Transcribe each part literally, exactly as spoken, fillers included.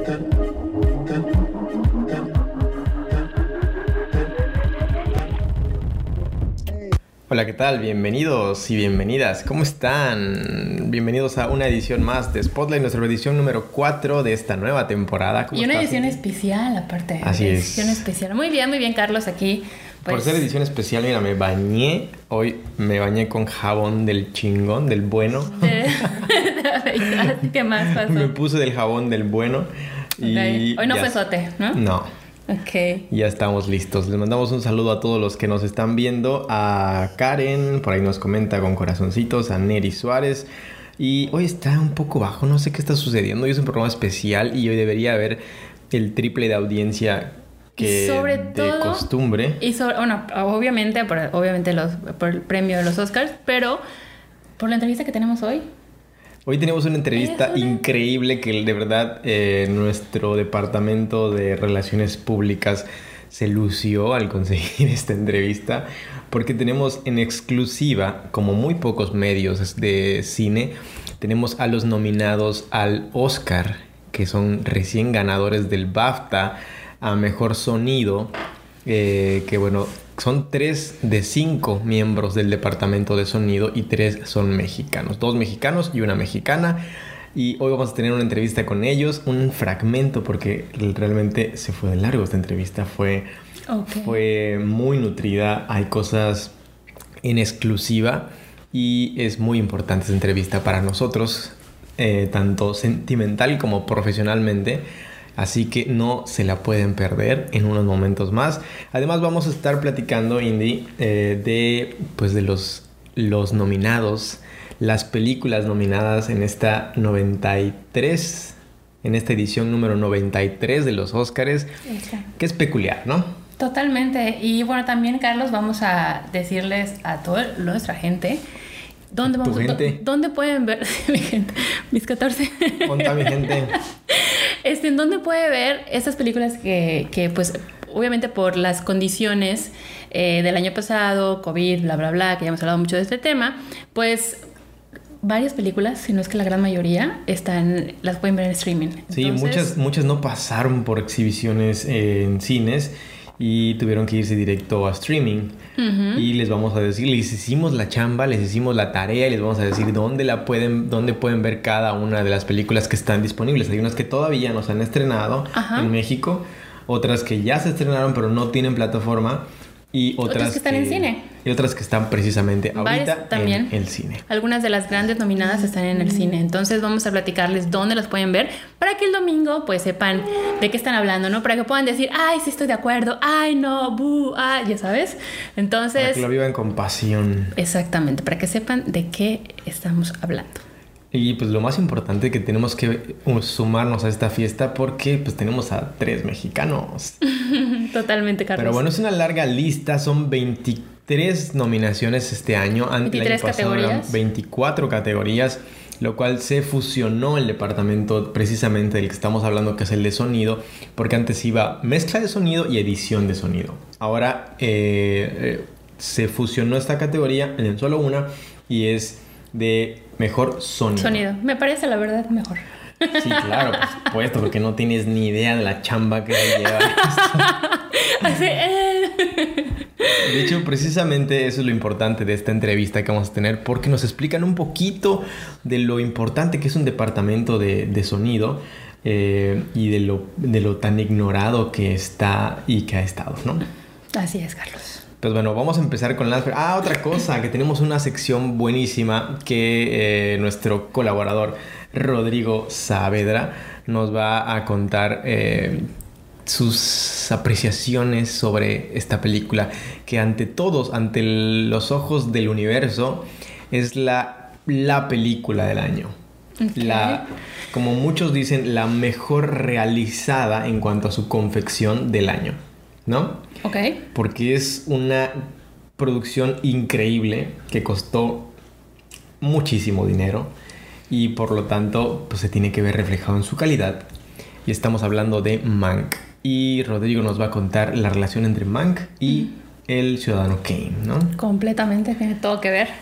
Hola, ¿qué tal? Bienvenidos y bienvenidas. ¿Cómo están? Bienvenidos a una edición más de Spotlight, nuestra edición número cuatro de esta nueva temporada. Y una estás? edición especial, aparte. Así es. Edición especial. Muy bien, muy bien, Carlos, aquí. Pues... Por ser edición especial, mira, me bañé. Hoy me bañé con jabón del chingón, del bueno. De, de la verdad, ¿qué más pasó? Me puse del jabón del bueno. Okay. Y Hoy no ya... fue sote, ¿no? No. Ok. Ya estamos listos. Les mandamos un saludo a todos los que nos están viendo. A Karen, por ahí nos comenta con corazoncitos. A Neri Suárez. Y hoy está un poco bajo, no sé qué está sucediendo. Hoy es un programa especial y hoy debería haber el triple de audiencia que y sobre de todo, costumbre. Y sobre, bueno, obviamente, por, obviamente los, por el premio de los Oscars, pero por la entrevista que tenemos hoy. Hoy tenemos una entrevista una... increíble que de verdad eh, nuestro departamento de Relaciones Públicas se lució al conseguir esta entrevista, porque tenemos en exclusiva, como muy pocos medios de cine, tenemos a los nominados al Oscar, que son recién ganadores del BAFTA a Mejor Sonido, eh, que bueno... Son tres de cinco miembros del departamento de sonido y tres son mexicanos. Dos mexicanos y una mexicana. Y hoy vamos a tener una entrevista con ellos, un fragmento, porque realmente se fue de largo esta entrevista. Fue, okay. fue muy nutrida, hay cosas en exclusiva y es muy importante esta entrevista para nosotros, eh, tanto sentimental como profesionalmente. Así que no se la pueden perder en unos momentos más. Además vamos a estar platicando, Indy, eh, de, pues de los, los nominados, las películas nominadas en esta noventa y tres, en esta edición número noventa y tres de los Óscares, que es peculiar, ¿no? Totalmente. Y bueno, también, Carlos, vamos a decirles a toda nuestra gente... ¿Dónde, vamos, gente? ¿Dónde pueden ver mi gente? Mis catorce. ¿Dónde mi gente? Este, ¿en dónde puede ver estas películas que, que pues, obviamente por las condiciones eh, del año pasado, COVID, bla, bla, bla, que ya hemos hablado mucho de este tema, pues varias películas, si no es que la gran mayoría, están, las pueden ver en streaming. Entonces, sí, muchas, muchas no pasaron por exhibiciones eh, en cines y tuvieron que irse directo a streaming. Uh-huh. Y les vamos a decir, les hicimos la chamba, les hicimos la tarea y les vamos a decir dónde la pueden, dónde pueden ver cada una de las películas que están disponibles. Hay unas que todavía no se han estrenado uh-huh. en México, otras que ya se estrenaron pero no tienen plataforma y otras, otras que están que, en cine. Y otras que están precisamente Varias ahorita también. en el cine. Algunas de las grandes nominadas están en el cine. Entonces vamos a platicarles dónde las pueden ver para que el domingo pues sepan de qué están hablando, ¿no? Para que puedan decir, ay, sí estoy de acuerdo, ay, no, bu, ah, ya sabes. Entonces... Para que lo vivan con pasión. Exactamente, para que sepan de qué estamos hablando. Y pues lo más importante que tenemos que sumarnos a esta fiesta porque pues tenemos a tres mexicanos. Totalmente, Carlos. Pero bueno, es una larga lista, son veintitrés nominaciones este año. veintitrés categorías. veinticuatro categorías, lo cual se fusionó el departamento precisamente del que estamos hablando, que es el de sonido, porque antes iba mezcla de sonido y edición de sonido. Ahora eh, eh, se fusionó esta categoría en solo una y es de mejor sonido. Sonido. Me parece, la verdad, mejor. Sí, claro, por supuesto, porque no tienes ni idea de la chamba que lleva Así, eh. De hecho, precisamente eso es lo importante de esta entrevista que vamos a tener, porque nos explican un poquito de lo importante que es un departamento de, de sonido eh, y de lo, de lo tan ignorado que está y que ha estado, ¿no? Así es, Carlos. Pues bueno, vamos a empezar con las... Ah, otra cosa, que tenemos una sección buenísima que eh, nuestro colaborador Rodrigo Saavedra nos va a contar eh, sus apreciaciones sobre esta película, que ante todos, ante el, los ojos del universo, es la, la película del año. Okay. La, como muchos dicen, la mejor realizada en cuanto a su confección del año, ¿no? Ok. Porque es una producción increíble que costó muchísimo dinero y por lo tanto pues se tiene que ver reflejado en su calidad. Y estamos hablando de Mank. Y Rodrigo nos va a contar la relación entre Mank y el ciudadano Kane, ¿no? Completamente, tiene todo que ver.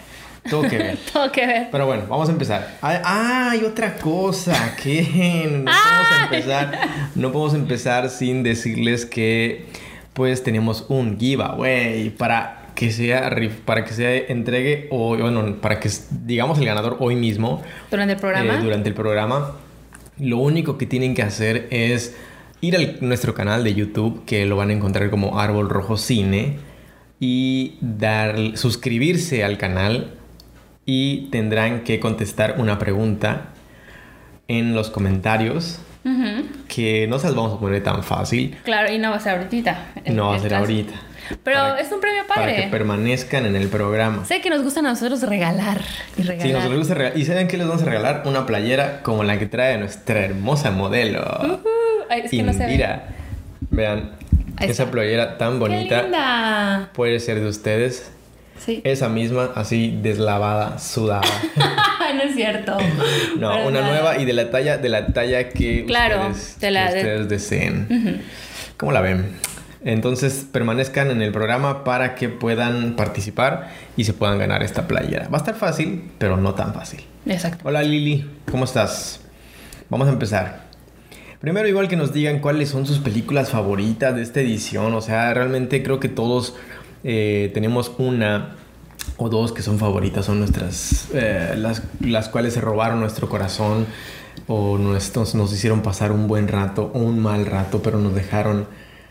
Todo que ver. Todo que ver. Pero bueno, vamos a empezar. Ah, hay otra cosa que no podemos empezar. No podemos empezar sin decirles que pues tenemos un giveaway para que sea para que se entregue o bueno, para que digamos el ganador hoy mismo. Durante el programa. Eh, durante el programa. Lo único que tienen que hacer es ir a nuestro canal de YouTube, que lo van a encontrar como Árbol Rojo Cine, y dar suscribirse al canal. Y tendrán que contestar una pregunta en los comentarios. Uh-huh. Que no se las vamos a poner tan fácil. Claro, y no va a ser ahorita. No va a ser caso. ahorita. Pero para, es un premio padre. Para que permanezcan en el programa. Sé que nos gusta a nosotros regalar y regalar. Sí, nos gusta regalar. ¿Y saben qué les vamos a regalar? Una playera como la que trae nuestra hermosa modelo. Uh-huh. Ay, es que Indira. No se ve. Vean, ahí esa está. playera tan bonita. ¡Qué linda! Puede ser de ustedes. Sí. Esa misma, así deslavada, sudada. No es cierto. No, ¿verdad? Una nueva y de la talla, de la talla que claro, ustedes, de la, que ustedes de... deseen. Uh-huh. ¿Cómo la ven? Entonces permanezcan en el programa para que puedan participar y se puedan ganar esta playera. Va a estar fácil, pero no tan fácil. Exacto. Hola Lili, ¿cómo estás? Vamos a empezar. Primero, igual que nos digan cuáles son sus películas favoritas de esta edición. O sea, realmente creo que todos eh, tenemos una o dos que son favoritas. Son nuestras, eh, las, las cuales se robaron nuestro corazón o nuestros, nos hicieron pasar un buen rato o un mal rato, pero nos dejaron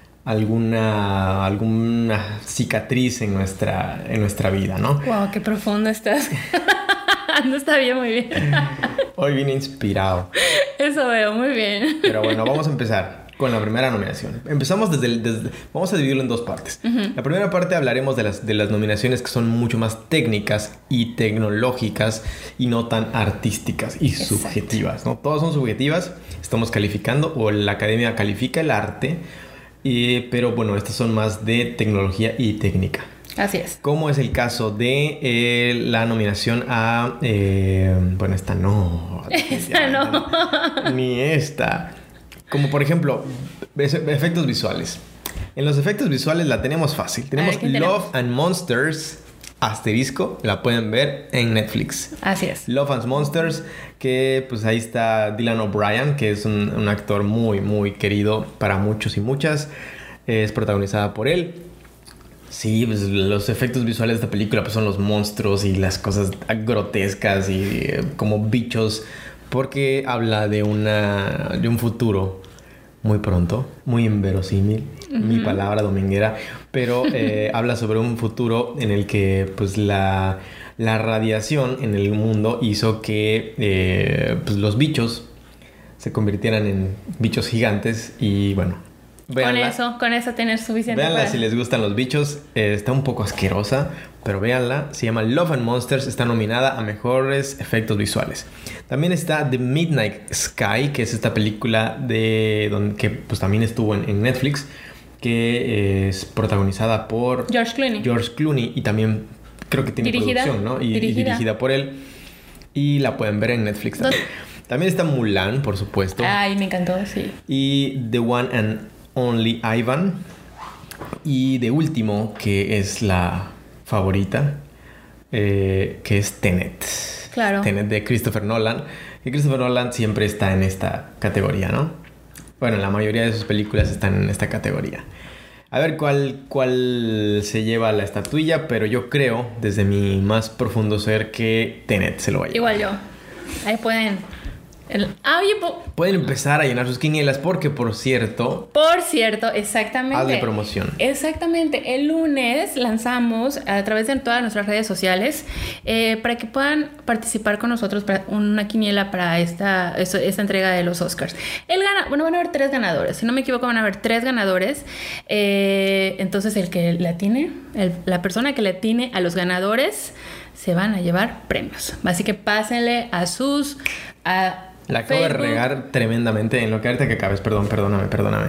alguna, alguna cicatriz en nuestra, en nuestra vida, ¿no? Wow, qué profundo estás. No está bien, muy bien. Hoy vine inspirado. Eso veo, muy bien. Pero bueno, vamos a empezar con la primera nominación. Empezamos desde, el, desde vamos a dividirlo en dos partes. Uh-huh. La primera parte hablaremos de las, de las nominaciones que son mucho más técnicas y tecnológicas y no tan artísticas y Exacto. subjetivas, ¿no? Todas son subjetivas. Estamos calificando o la academia califica el arte, y, pero bueno, estas son más de tecnología y técnica. Así es. Como es el caso de eh, la nominación a... Eh, bueno, esta no. Esta no. Ni esta. Como por ejemplo, efectos visuales. En los efectos visuales la tenemos fácil. Tenemos ver, Love tenemos? and Monsters, asterisco, la pueden ver en Netflix. Así es. Love and Monsters, que pues ahí está Dylan O'Brien, que es un, un actor muy, muy querido para muchos y muchas. Es protagonizada por él. Sí, pues los efectos visuales de esta película pues son los monstruos y las cosas grotescas y eh, como bichos, porque habla de una de un futuro muy pronto, muy inverosímil, uh-huh. mi palabra dominguera, pero eh, habla sobre un futuro en el que pues la, la radiación en el mundo hizo que eh, pues, los bichos se convirtieran en bichos gigantes y bueno... Véanla. Con eso, con eso tener suficiente. Véanla para... si les gustan los bichos. Eh, está un poco asquerosa, pero véanla. Se llama Love and Monsters. Está nominada a mejores efectos visuales. También está The Midnight Sky, que es esta película de donde, que pues también estuvo en, en Netflix, que es protagonizada por George Clooney. George Clooney y también creo que tiene dirigida, producción, ¿no? Y dirigida. y dirigida por él. Y la pueden ver en Netflix también. Dos. También está Mulan, por supuesto. Ay, me encantó, sí. Y The One and Only Ivan. Y de último, que es la favorita, eh, que es Tenet. Claro. Tenet de Christopher Nolan. Y Christopher Nolan siempre está en esta categoría, ¿no? Bueno, la mayoría de sus películas están en esta categoría. A ver cuál, cuál se lleva la estatuilla, pero yo creo, desde mi más profundo ser, que Tenet se lo va a llevar. Igual yo. Ahí pueden... El... Ah, oye, po... pueden empezar a llenar sus quinielas porque, por cierto... Por cierto, exactamente. Hazle promoción. Exactamente. El lunes lanzamos a través de todas nuestras redes sociales eh, para que puedan participar con nosotros para una quiniela para esta, esta, esta entrega de los Oscars. El gana... Bueno, van a haber tres ganadores. Si no me equivoco, van a haber tres ganadores. Eh, entonces, el que le atine, el, la persona que le atine a los ganadores se van a llevar premios. Así que pásenle a sus... A, La acabo Facebook. de regar tremendamente en lo que ahorita que acabes. Perdón, perdóname, perdóname.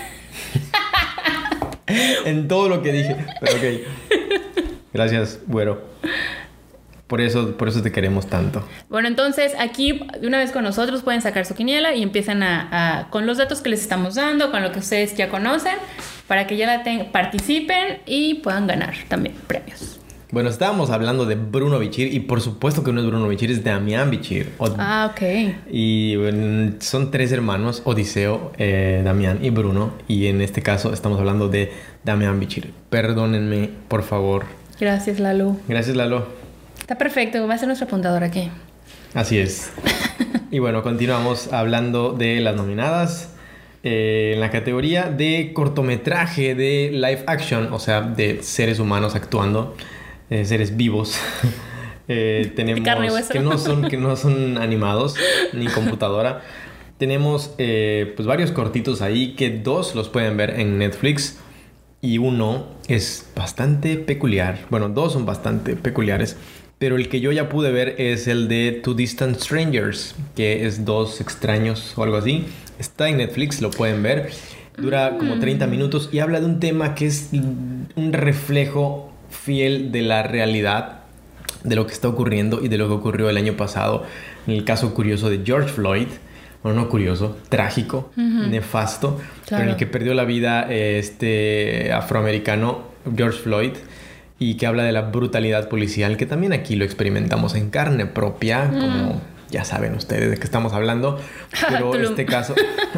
En todo lo que dije. Pero ok. Gracias, güero. Por eso, por eso te queremos tanto. Bueno, entonces aquí de una vez con nosotros pueden sacar su quiniela y empiezan a, a con los datos que les estamos dando, con lo que ustedes ya conocen, para que ya la ten, participen y puedan ganar también premios. Bueno, estábamos hablando de Bruno Bichir y por supuesto que no es Bruno Bichir, es Damián Bichir. O, ah, ok. Y bueno, son tres hermanos, Odiseo, eh, Damián y Bruno. Y en este caso estamos hablando de Damián Bichir. Perdónenme, por favor. Gracias, Lalo. Gracias, Lalo. Está perfecto, va a ser nuestro apuntador aquí. Así es. Y bueno, continuamos hablando de las nominadas. Eh, en la categoría de cortometraje de live action, o sea, de seres humanos actuando. Eh, seres vivos. eh, tenemos que no son que no son animados ni computadora. Tenemos eh, pues varios cortitos ahí, que dos los pueden ver en Netflix y uno es bastante peculiar. Bueno, dos son bastante peculiares, pero el que yo ya pude ver es el de Two Distant Strangers, que es Dos Extraños o algo así. Está en Netflix, lo pueden ver. Dura como treinta minutos y habla de un tema que es un reflejo fiel de la realidad, de lo que está ocurriendo y de lo que ocurrió el año pasado en el caso curioso de George Floyd. Bueno, no curioso, trágico, uh-huh. nefasto, claro. Pero en el que perdió la vida este afroamericano George Floyd, y que habla de la brutalidad policial, que también aquí lo experimentamos en carne propia, uh-huh. como ya saben ustedes de qué estamos hablando, pero en este caso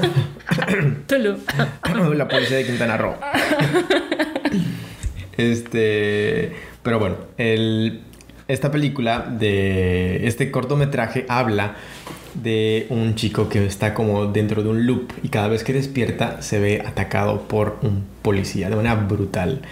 la policía de Quintana Roo. Este, pero bueno, el, esta película de este cortometraje habla de un chico que está como dentro de un loop y cada vez que despierta se ve atacado por un policía de manera brutal.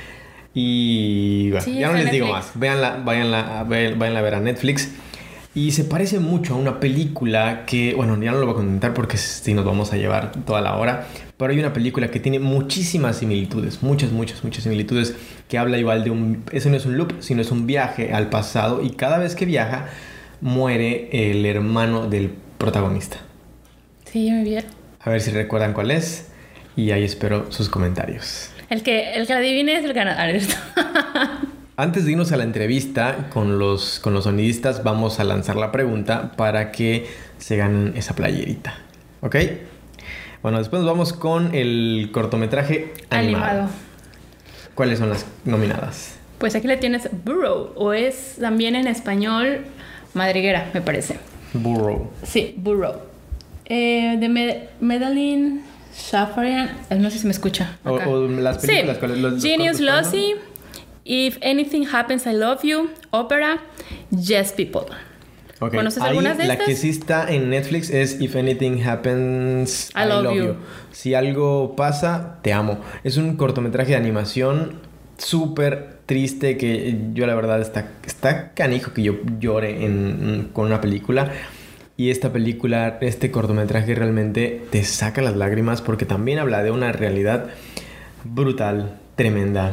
Y bueno, sí, ya no les Netflix. digo más. Véanla, váyanla, váyanla a ver a Netflix. Y se parece mucho a una película que, bueno, ya no lo voy a comentar porque si nos vamos a llevar toda la hora. Pero hay una película que tiene muchísimas similitudes, muchas, muchas, muchas similitudes, que habla igual de un... Eso no es un loop, sino es un viaje al pasado, y cada vez que viaja muere el hermano del protagonista. Sí, muy bien. A ver si recuerdan cuál es, y ahí espero sus comentarios. El que, el que adivine es el ganador. Antes de irnos a la entrevista con los, con los sonidistas, vamos a lanzar la pregunta para que se ganen esa playerita. ¿Ok? Bueno, después nos vamos con el cortometraje animado. animado. ¿Cuáles son las nominadas? Pues aquí le tienes Burrow, o es también en español Madriguera, me parece. Burrow. Sí, Burrow. Eh, de Med- Madeline Safarian, no sé si me escucha. O, o las películas. Sí. ¿Cuáles? Los, Genius Loci, If Anything Happens I Love You, Opera, Yes People. Okay. ¿Conoces Ahí, algunas de la estas? que sí está en Netflix es If Anything Happens I, I love, love you. you. Si algo pasa, te amo. Es un cortometraje de animación súper triste que yo la verdad está, está canijo que yo llore en, con una película. Y esta película, este cortometraje realmente te saca las lágrimas porque también habla de una realidad brutal, tremenda.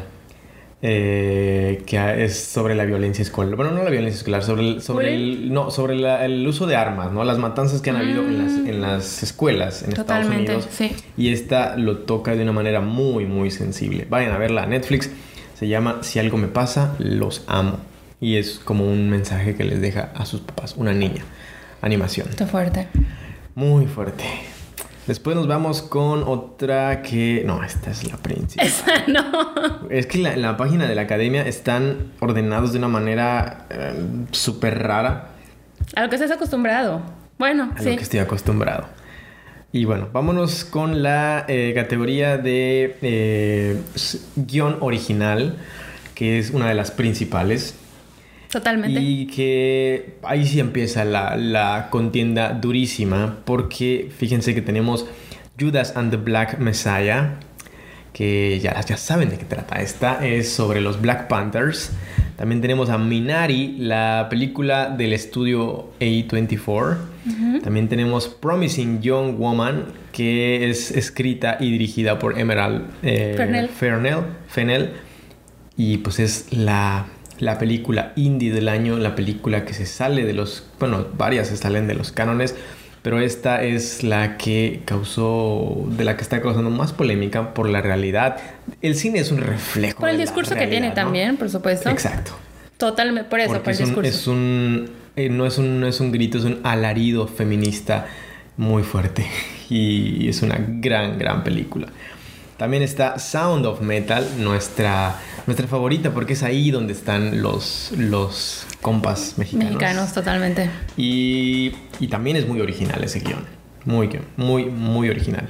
Eh, que es sobre la violencia escolar. Bueno, no la violencia escolar, sobre el, sobre el, no, sobre la, el uso de armas, ¿no? Las matanzas que han mm. habido en las, en las escuelas en Totalmente, Estados Unidos. Sí. Y esta lo toca de una manera muy, muy sensible. Vayan a verla a Netflix. Se llama Si algo me pasa, los amo. Y es como un mensaje que les deja a sus papás. Una niña. Animación. Está fuerte. Muy fuerte. Después nos vamos con otra que... No, esta es la principal. Esa no. Es que la, en la página de la academia están ordenados de una manera eh, súper rara. A lo que estás acostumbrado. Bueno, a sí. A lo que estoy acostumbrado. Y bueno, vámonos con la eh, categoría de eh, guión original, que es una de las principales. Totalmente. Y que ahí sí empieza la, la contienda durísima, porque fíjense que tenemos Judas and the Black Messiah, que ya, ya saben de qué trata. Esta es sobre los Black Panthers. También tenemos a Minari, la película del estudio A veinticuatro. Uh-huh. También tenemos Promising Young Woman, que es escrita y dirigida por Emerald eh, Fennell. Fennell, Fennell. Y pues es la... la película indie del año, la película que se sale de los... Bueno, varias se salen de los cánones, pero esta es la que causó... de la que está causando más polémica por la realidad. El cine es un reflejo por el de discurso la que realidad, tiene, ¿no? También, por supuesto. Exacto. Totalmente, por eso, porque por el es un, discurso. Es un, eh, no, es un, no es un grito, es un alarido feminista muy fuerte. Y es una gran, gran película. También está Sound of Metal, nuestra, nuestra favorita, porque es ahí donde están los, los compas mexicanos. Mexicanos, totalmente. Y, y también es muy original ese guión. Muy, muy, muy original.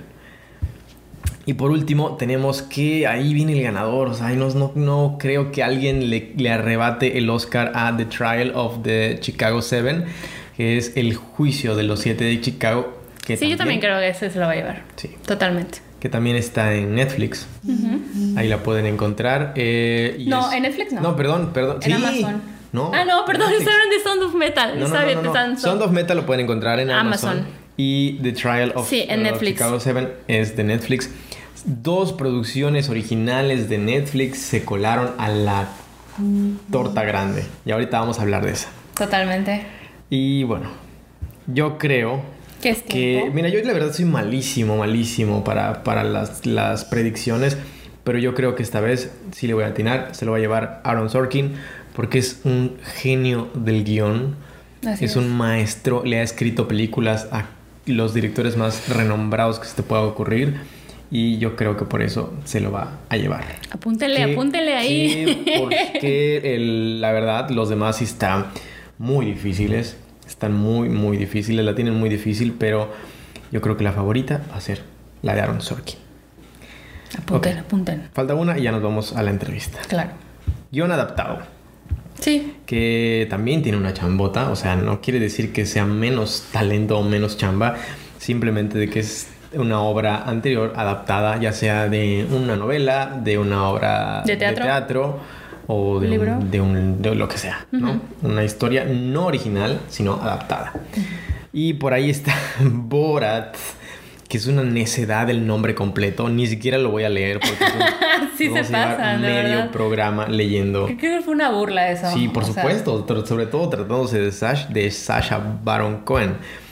Y por último, tenemos que ahí viene el ganador. O sea, no, no, no creo que alguien le, le arrebate el Oscar a The Trial of the Chicago Seven, que es el juicio de los siete de Chicago. Que sí, también, yo también creo que ese se lo va a llevar. Sí. Totalmente. Que también está en Netflix. Uh-huh. Ahí la pueden encontrar. Eh, y no, es... en Netflix no. No, perdón, perdón. En sí. Amazon. No. Ah, no, perdón, Netflix. estaban de Sound of Metal. No, no, Estaba no, no, no. Sound of Metal lo pueden encontrar en Amazon. Amazon. Y The Trial of, sí, en uh, Netflix. Chicago Seven es de Netflix. Dos producciones originales de Netflix se colaron a la torta grande. Y ahorita vamos a hablar de esa. Totalmente. Y bueno, yo creo ¿Qué es que... Mira, yo la verdad soy malísimo, malísimo para, para las, las predicciones. Pero yo creo que esta vez sí le voy a atinar. Se lo va a llevar Aaron Sorkin, porque es un genio del guión. Así es, es un maestro. Le ha escrito películas a los directores más renombrados que se te pueda ocurrir. Y yo creo que por eso se lo va a llevar. Apúntenle, que, apúntenle ahí. Que porque el, la verdad, los demás sí están muy difíciles. Están muy, muy difíciles. La tienen muy difícil, pero yo creo que la favorita va a ser la de Aaron Sorkin. Apunten, okay. apunten. Falta una y ya nos vamos a la entrevista. Claro. Guión adaptado. Sí. Que también tiene una chambota. O sea, no quiere decir que sea menos talento o menos chamba. Simplemente de que es una obra anterior adaptada, ya sea de una novela, de una obra de teatro, de teatro o de, ¿libro? Un, de, un, de lo que sea, uh-huh. ¿no? Una historia no original, sino adaptada. Uh-huh. Y por ahí está Borat, que es una necedad el nombre completo. Ni siquiera lo voy a leer porque es un, sí se pasa, medio verdad. programa leyendo. Creo que fue una burla eso. Sí, por o supuesto, sea... sobre todo tratándose de Sash, de Sacha Baron Cohen.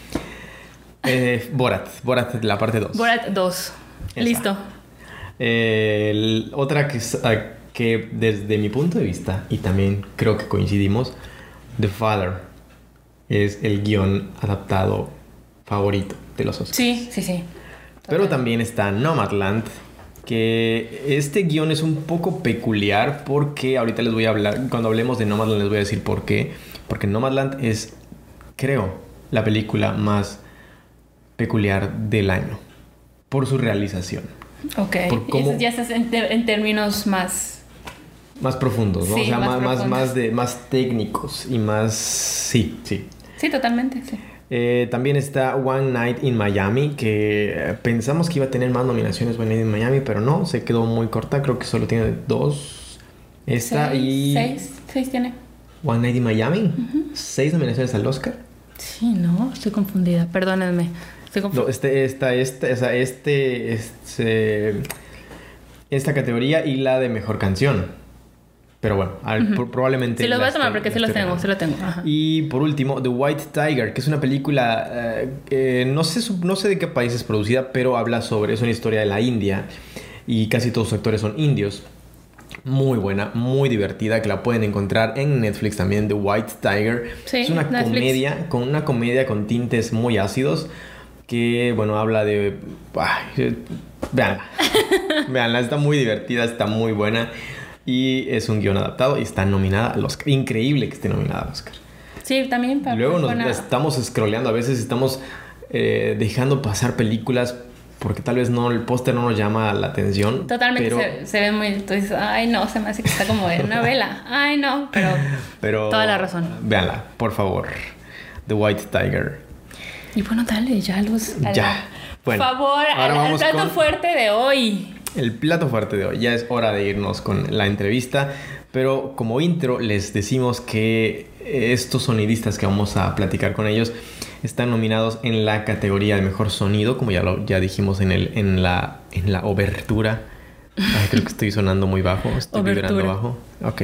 Eh, Borat, Borat, la parte dos. Borat dos. Listo. Eh, el, otra que, que desde mi punto de vista, y también creo que coincidimos, The Father es el guión adaptado favorito de los Oscars. Sí, sí, sí. Pero también está Nomadland, que este guión es un poco peculiar porque ahorita les voy a hablar, cuando hablemos de Nomadland les voy a decir por qué. Porque Nomadland es, creo, la película más peculiar del año por su realización. Ok, por cómo, eso ya es en, te, en términos más más profundos, ¿no? Sí, o sea, más, más, más, de, más técnicos y más... Sí, sí. Sí, totalmente, sí. Eh, también está One Night in Miami, que pensamos que iba a tener más nominaciones One Night in Miami, pero no, se quedó muy corta, creo que solo tiene dos. Esta seis, y... Seis, seis tiene. One Night in Miami, uh-huh. Seis nominaciones al Oscar. Sí, no, estoy confundida, perdónenme. No, este, esta, esta, o sea, este, este, esta categoría y la de mejor canción. Pero bueno, uh-huh. probablemente... Sí, los voy a tomar porque sí los tengo, sí los tengo. Ajá. Y por último, The White Tiger, que es una película, eh, eh, no sé, no sé de qué país es producida, pero habla sobre, es una historia de la India y casi todos sus actores son indios. Muy buena, muy divertida, que la pueden encontrar en Netflix también, The White Tiger. Sí, es una Netflix. comedia, con una comedia con tintes muy ácidos. Que, bueno, habla de... Ay, véanla. Véanla, está muy divertida, está muy buena. Y es un guión adaptado y está nominada al Oscar. Increíble que esté nominada al Oscar. Sí, también. Para Luego nos buena... estamos scrolleando. A veces estamos eh, dejando pasar películas porque tal vez no el póster no nos llama la atención. Totalmente, pero... se, se ve muy... Tú dices, ay, no, se me hace que está como de novela. Ay, no, pero... pero toda la razón. Véanla, por favor. The White Tiger. Y bueno, dale, ya los... Ya. Por bueno, favor, al, al plato con... fuerte de hoy. El plato fuerte de hoy. Ya es hora de irnos con la entrevista. Pero como intro les decimos que estos sonidistas que vamos a platicar con ellos están nominados en la categoría de mejor sonido, como ya lo ya dijimos en el en la en la obertura. Ay, creo que estoy sonando muy bajo, estoy vibrando bajo. Ok.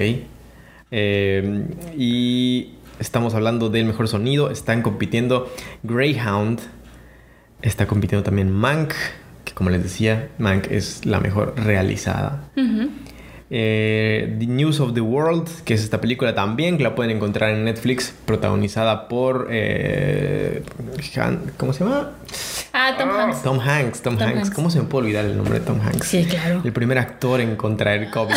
Eh, y estamos hablando del mejor sonido. Están compitiendo Greyhound. Está compitiendo también Mank, que como les decía, Mank es la mejor realizada. Uh-huh. Eh, The News of the World, que es esta película también, que la pueden encontrar en Netflix, protagonizada por... Eh, Han- ¿Cómo se llama? Ah, Tom Ah, Hanks. Tom Hanks. Tom, Tom Hanks. Hanks. ¿Cómo se me puede olvidar el nombre de Tom Hanks? Sí, claro. El primer actor en contraer COVID.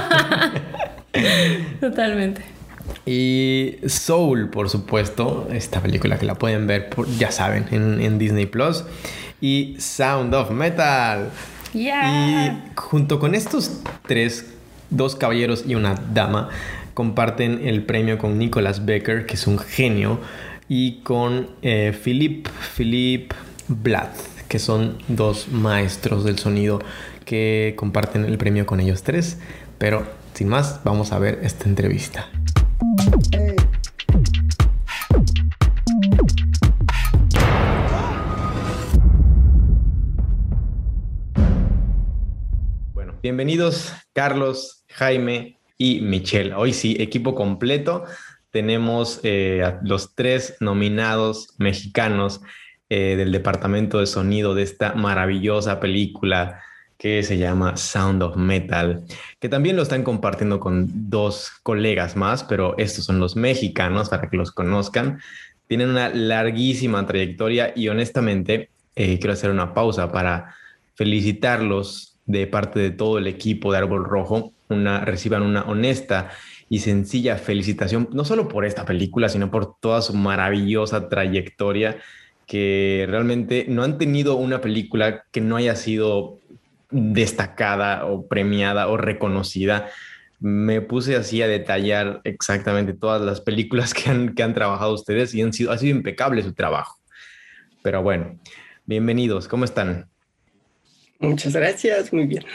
Totalmente. Y Soul, por supuesto, esta película que la pueden ver, por- ya saben, en, en Disney Plus. Y Sound of Metal. Yeah. Y junto con estos tres, dos caballeros y una dama, comparten el premio con Nicholas Becker, que es un genio, y con eh, Philip, Philip Blatt, que son dos maestros del sonido que comparten el premio con ellos tres. Pero sin más, vamos a ver esta entrevista. Bueno, bienvenidos Carlos, Jaime y Michelle. Hoy sí, equipo completo. Tenemos eh, a los tres nominados mexicanos eh, del departamento de sonido de esta maravillosa película que se llama Sound of Metal, que también lo están compartiendo con dos colegas más, pero estos son los mexicanos para que los conozcan. Tienen una larguísima trayectoria y honestamente eh, quiero hacer una pausa para felicitarlos de parte de todo el equipo de Árbol Rojo. Una, reciban una honesta y sencilla felicitación, no solo por esta película, sino por toda su maravillosa trayectoria, que realmente no han tenido una película que no haya sido destacada o premiada o reconocida. Me puse así a detallar exactamente todas las películas que han, que han trabajado ustedes y han sido, ha sido impecable su trabajo. Pero bueno, bienvenidos, ¿cómo están? Muchas gracias, muy bien.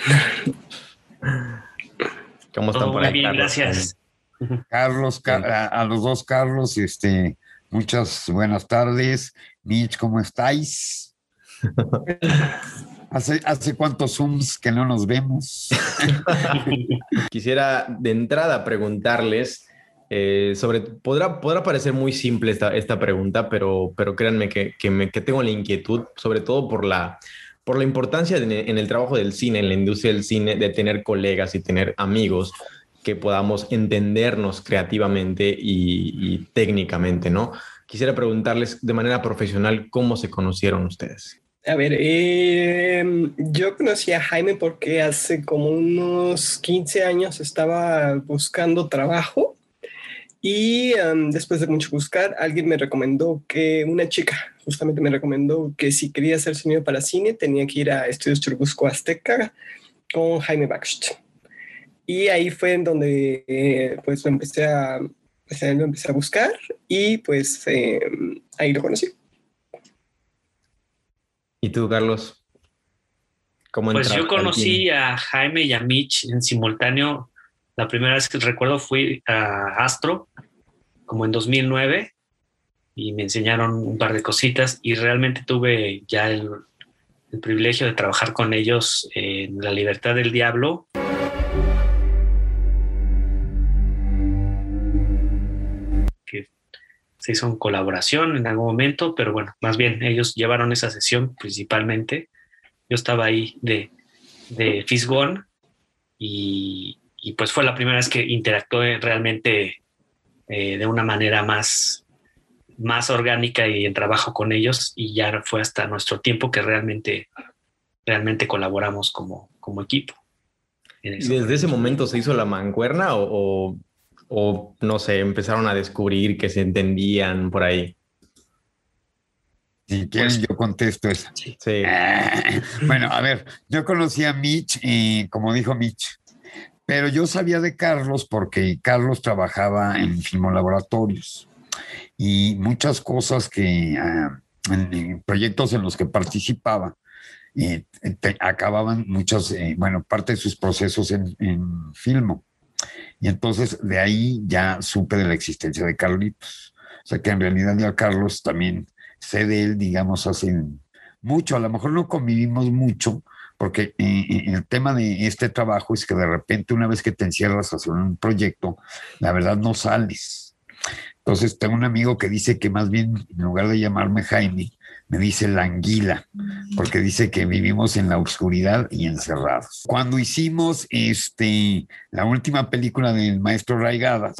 ¿Cómo están Todo por muy ahí, bien, Carlos? gracias. Carlos, Car- a, a los dos Carlos, este, muchas buenas tardes. Mitch, ¿cómo estáis? ¿Hace, hace cuántos Zooms que no nos vemos? Quisiera de entrada preguntarles eh, sobre, podrá, podrá parecer muy simple esta, esta pregunta, pero, pero créanme que, que, me, que tengo la inquietud, sobre todo por la, por la importancia de, en el trabajo del cine, en la industria del cine, de tener colegas y tener amigos que podamos entendernos creativamente y, y técnicamente, ¿no? Quisiera preguntarles de manera profesional cómo se conocieron ustedes. A ver, eh, yo conocí a Jaime porque hace como unos quince años estaba buscando trabajo y um, después de mucho buscar, alguien me recomendó que una chica justamente me recomendó que si quería hacer sonido para cine tenía que ir a Estudios Churubusco Azteca con Jaime Bakst. Y ahí fue en donde eh, pues lo empecé a, pues, lo empecé a buscar y pues eh, ahí lo conocí. ¿Y tú, Carlos? ¿Cómo Pues entraste yo al conocí cine? a Jaime y a Mitch en simultáneo. La primera vez que recuerdo fui a Astro, como en dos mil nueve, y me enseñaron un par de cositas y realmente tuve ya el, el privilegio de trabajar con ellos en La Libertad del Diablo. Que se hizo en colaboración en algún momento, pero bueno, más bien ellos llevaron esa sesión principalmente. Yo estaba ahí de, de fisgón y, y pues fue la primera vez que interactué realmente eh, de una manera más, más orgánica y en trabajo con ellos, y ya fue hasta nuestro tiempo que realmente, realmente colaboramos como, como equipo. En ¿Y eso. desde ese momento se hizo la mancuerna o, o, o, no sé, empezaron a descubrir que se entendían por ahí? Si quieren, yo contesto eso. Sí. Sí. Ah, bueno, a ver, yo conocí a Mitch, y, como dijo Mitch, pero yo sabía de Carlos porque Carlos trabajaba en filmolaboratorios y muchas cosas que, ah, en, en proyectos en los que participaba, eh, te- acababan muchas, eh, bueno, parte de sus procesos en, en Filmo. Y entonces de ahí ya supe de la existencia de Carlitos. O sea que en realidad yo a Carlos también sé de él, digamos, hace mucho. A lo mejor no convivimos mucho, porque eh, eh, el tema de este trabajo es que de repente una vez que te encierras a hacer un proyecto, la verdad no sales. Entonces tengo un amigo que dice que más bien en lugar de llamarme Jaime, me dice la anguila, porque dice que vivimos en la oscuridad y encerrados. Cuando hicimos este, la última película del maestro Raigadas,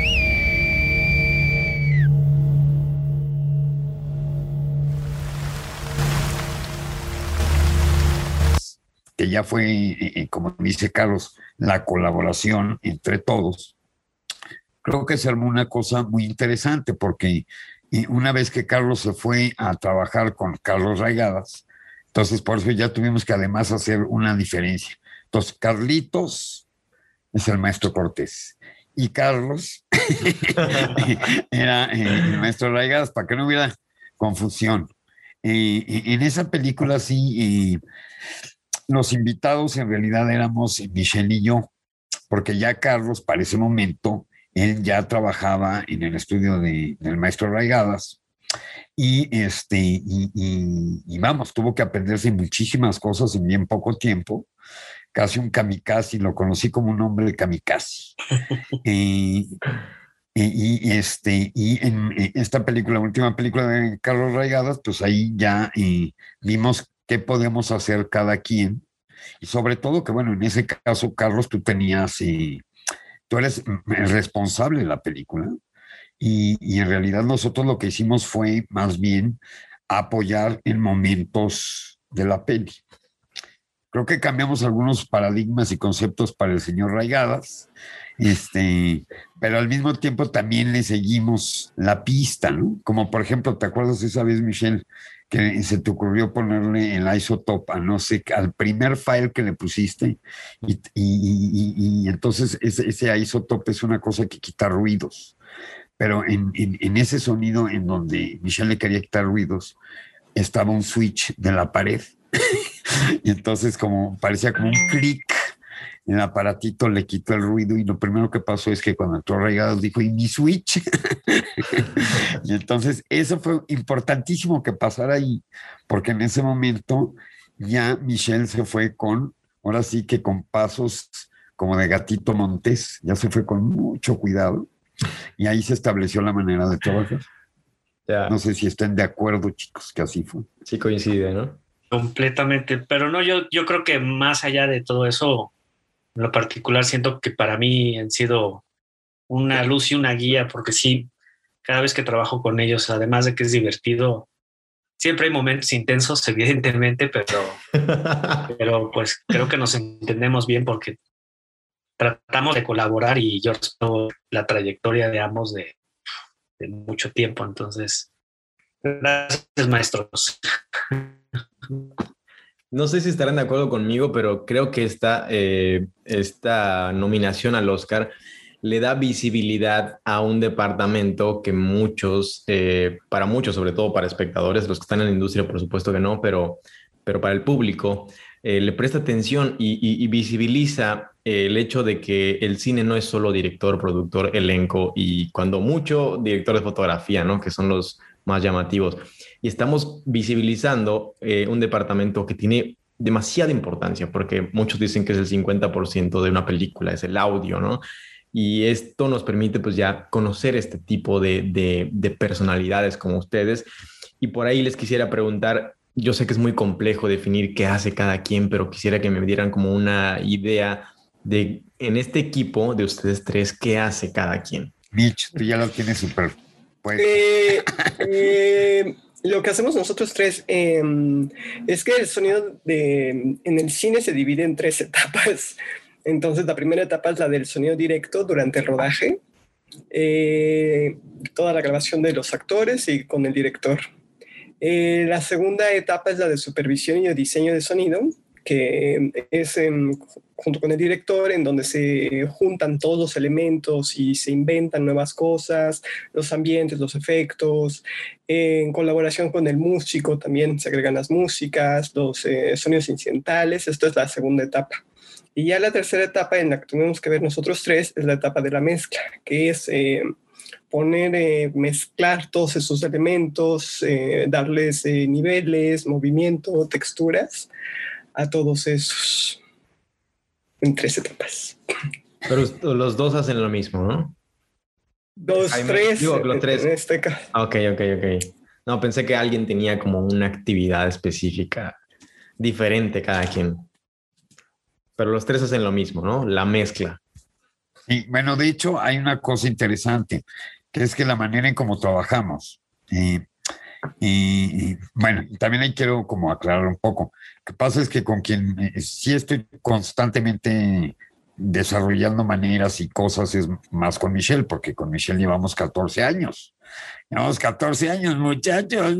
que ya fue, eh, como dice Carlos, la colaboración entre todos, creo que se armó una cosa muy interesante, porque eh, una vez que Carlos se fue a trabajar con Carlos Raigadas, entonces por eso ya tuvimos que además hacer una diferencia. Entonces, Carlitos es el maestro Cortés y Carlos era eh, el maestro Raigadas, para que no hubiera confusión. Eh, en esa película sí... Eh, los invitados en realidad éramos Michelle y yo, porque ya Carlos, para ese momento, él ya trabajaba en el estudio de, del maestro Raigadas y, este, y, y, y vamos, tuvo que aprenderse muchísimas cosas en bien poco tiempo, casi un kamikaze, lo conocí como un hombre de kamikaze. eh, y, y, este, y en esta película, la última película de Carlos Raigadas, pues ahí ya eh, vimos qué podemos hacer cada quien. Y sobre todo que, bueno, en ese caso, Carlos, tú tenías, eh, tú eres el responsable de la película. Y, y en realidad nosotros lo que hicimos fue más bien apoyar en momentos de la peli. Creo que cambiamos algunos paradigmas y conceptos para el señor Raigadas, este, pero al mismo tiempo también le seguimos la pista, ¿no? Como por ejemplo, ¿te acuerdas esa vez, Michelle, que se te ocurrió ponerle el isotope a no sé, al primer file que le pusiste? Y, y, y, y entonces ese, ese isotope es una cosa que quita ruidos. Pero en, en, en ese sonido en donde Michelle le quería quitar ruidos, estaba un switch de la pared. Y entonces como parecía como un clic, el aparatito le quitó el ruido y lo primero que pasó es que cuando entró Raigadas dijo, ¿y mi switch? Y entonces eso fue importantísimo que pasara ahí, porque en ese momento ya Michelle se fue con, ahora sí que con pasos como de gatito montés, ya se fue con mucho cuidado y ahí se estableció la manera de trabajar. Ya. No sé si estén de acuerdo, chicos, que así fue. Sí coincide, ¿no? Completamente, pero no, yo, yo creo que más allá de todo eso, en lo particular siento que para mí han sido una luz y una guía, porque sí, cada vez que trabajo con ellos, además de que es divertido, siempre hay momentos intensos, evidentemente, pero, pero pues creo que nos entendemos bien porque tratamos de colaborar y yo tengo la trayectoria de ambos de, de mucho tiempo, entonces, gracias, maestros. No sé si estarán de acuerdo conmigo, pero creo que esta, eh, esta nominación al Oscar le da visibilidad a un departamento que muchos, eh, para muchos, sobre todo para espectadores, los que están en la industria, por supuesto que no, pero, pero para el público, eh, le presta atención y, y, y visibiliza eh, el hecho de que el cine no es solo director, productor, elenco y cuando mucho director de fotografía, ¿no? Que son los más llamativos. Y estamos visibilizando eh, un departamento que tiene demasiada importancia, porque muchos dicen que es el cincuenta por ciento de una película, es el audio, ¿no? Y esto nos permite pues ya conocer este tipo de, de, de personalidades como ustedes. Y por ahí les quisiera preguntar, yo sé que es muy complejo definir qué hace cada quien, pero quisiera que me dieran como una idea de en este equipo de ustedes tres, ¿qué hace cada quien? Mitch, tú ya lo tienes súper puesto. Eh, eh, lo que hacemos nosotros tres eh, es que el sonido de, en el cine se divide en tres etapas. Entonces, la primera etapa es la del sonido directo durante el rodaje, eh, toda la grabación de los actores y con el director. Eh, la segunda etapa es la de supervisión y de diseño de sonido, que es en, junto con el director, en donde se juntan todos los elementos y se inventan nuevas cosas, los ambientes, los efectos. Eh, en colaboración con el músico también se agregan las músicas, los eh, sonidos incidentales. Esto es la segunda etapa. Y ya la tercera etapa en la que tenemos que ver nosotros tres es la etapa de la mezcla, que es eh, poner, eh, mezclar todos esos elementos, eh, darles eh, niveles, movimiento, texturas a todos esos en tres etapas. Pero los dos hacen lo mismo, ¿no? Dos, Jaime, tres, digo, los tres. en este caso. Ok, ok, ok. No, pensé que alguien tenía como una actividad específica, diferente cada quien. Pero los tres hacen lo mismo, ¿no? La mezcla. Y bueno, de hecho, hay una cosa interesante, que es que la manera en cómo trabajamos. Eh, y, y, bueno, también ahí quiero como aclarar un poco. Lo que pasa es que con quien eh, sí estoy constantemente desarrollando maneras y cosas es más con Michelle, porque con Michelle llevamos catorce años. Llevamos catorce años, muchachos.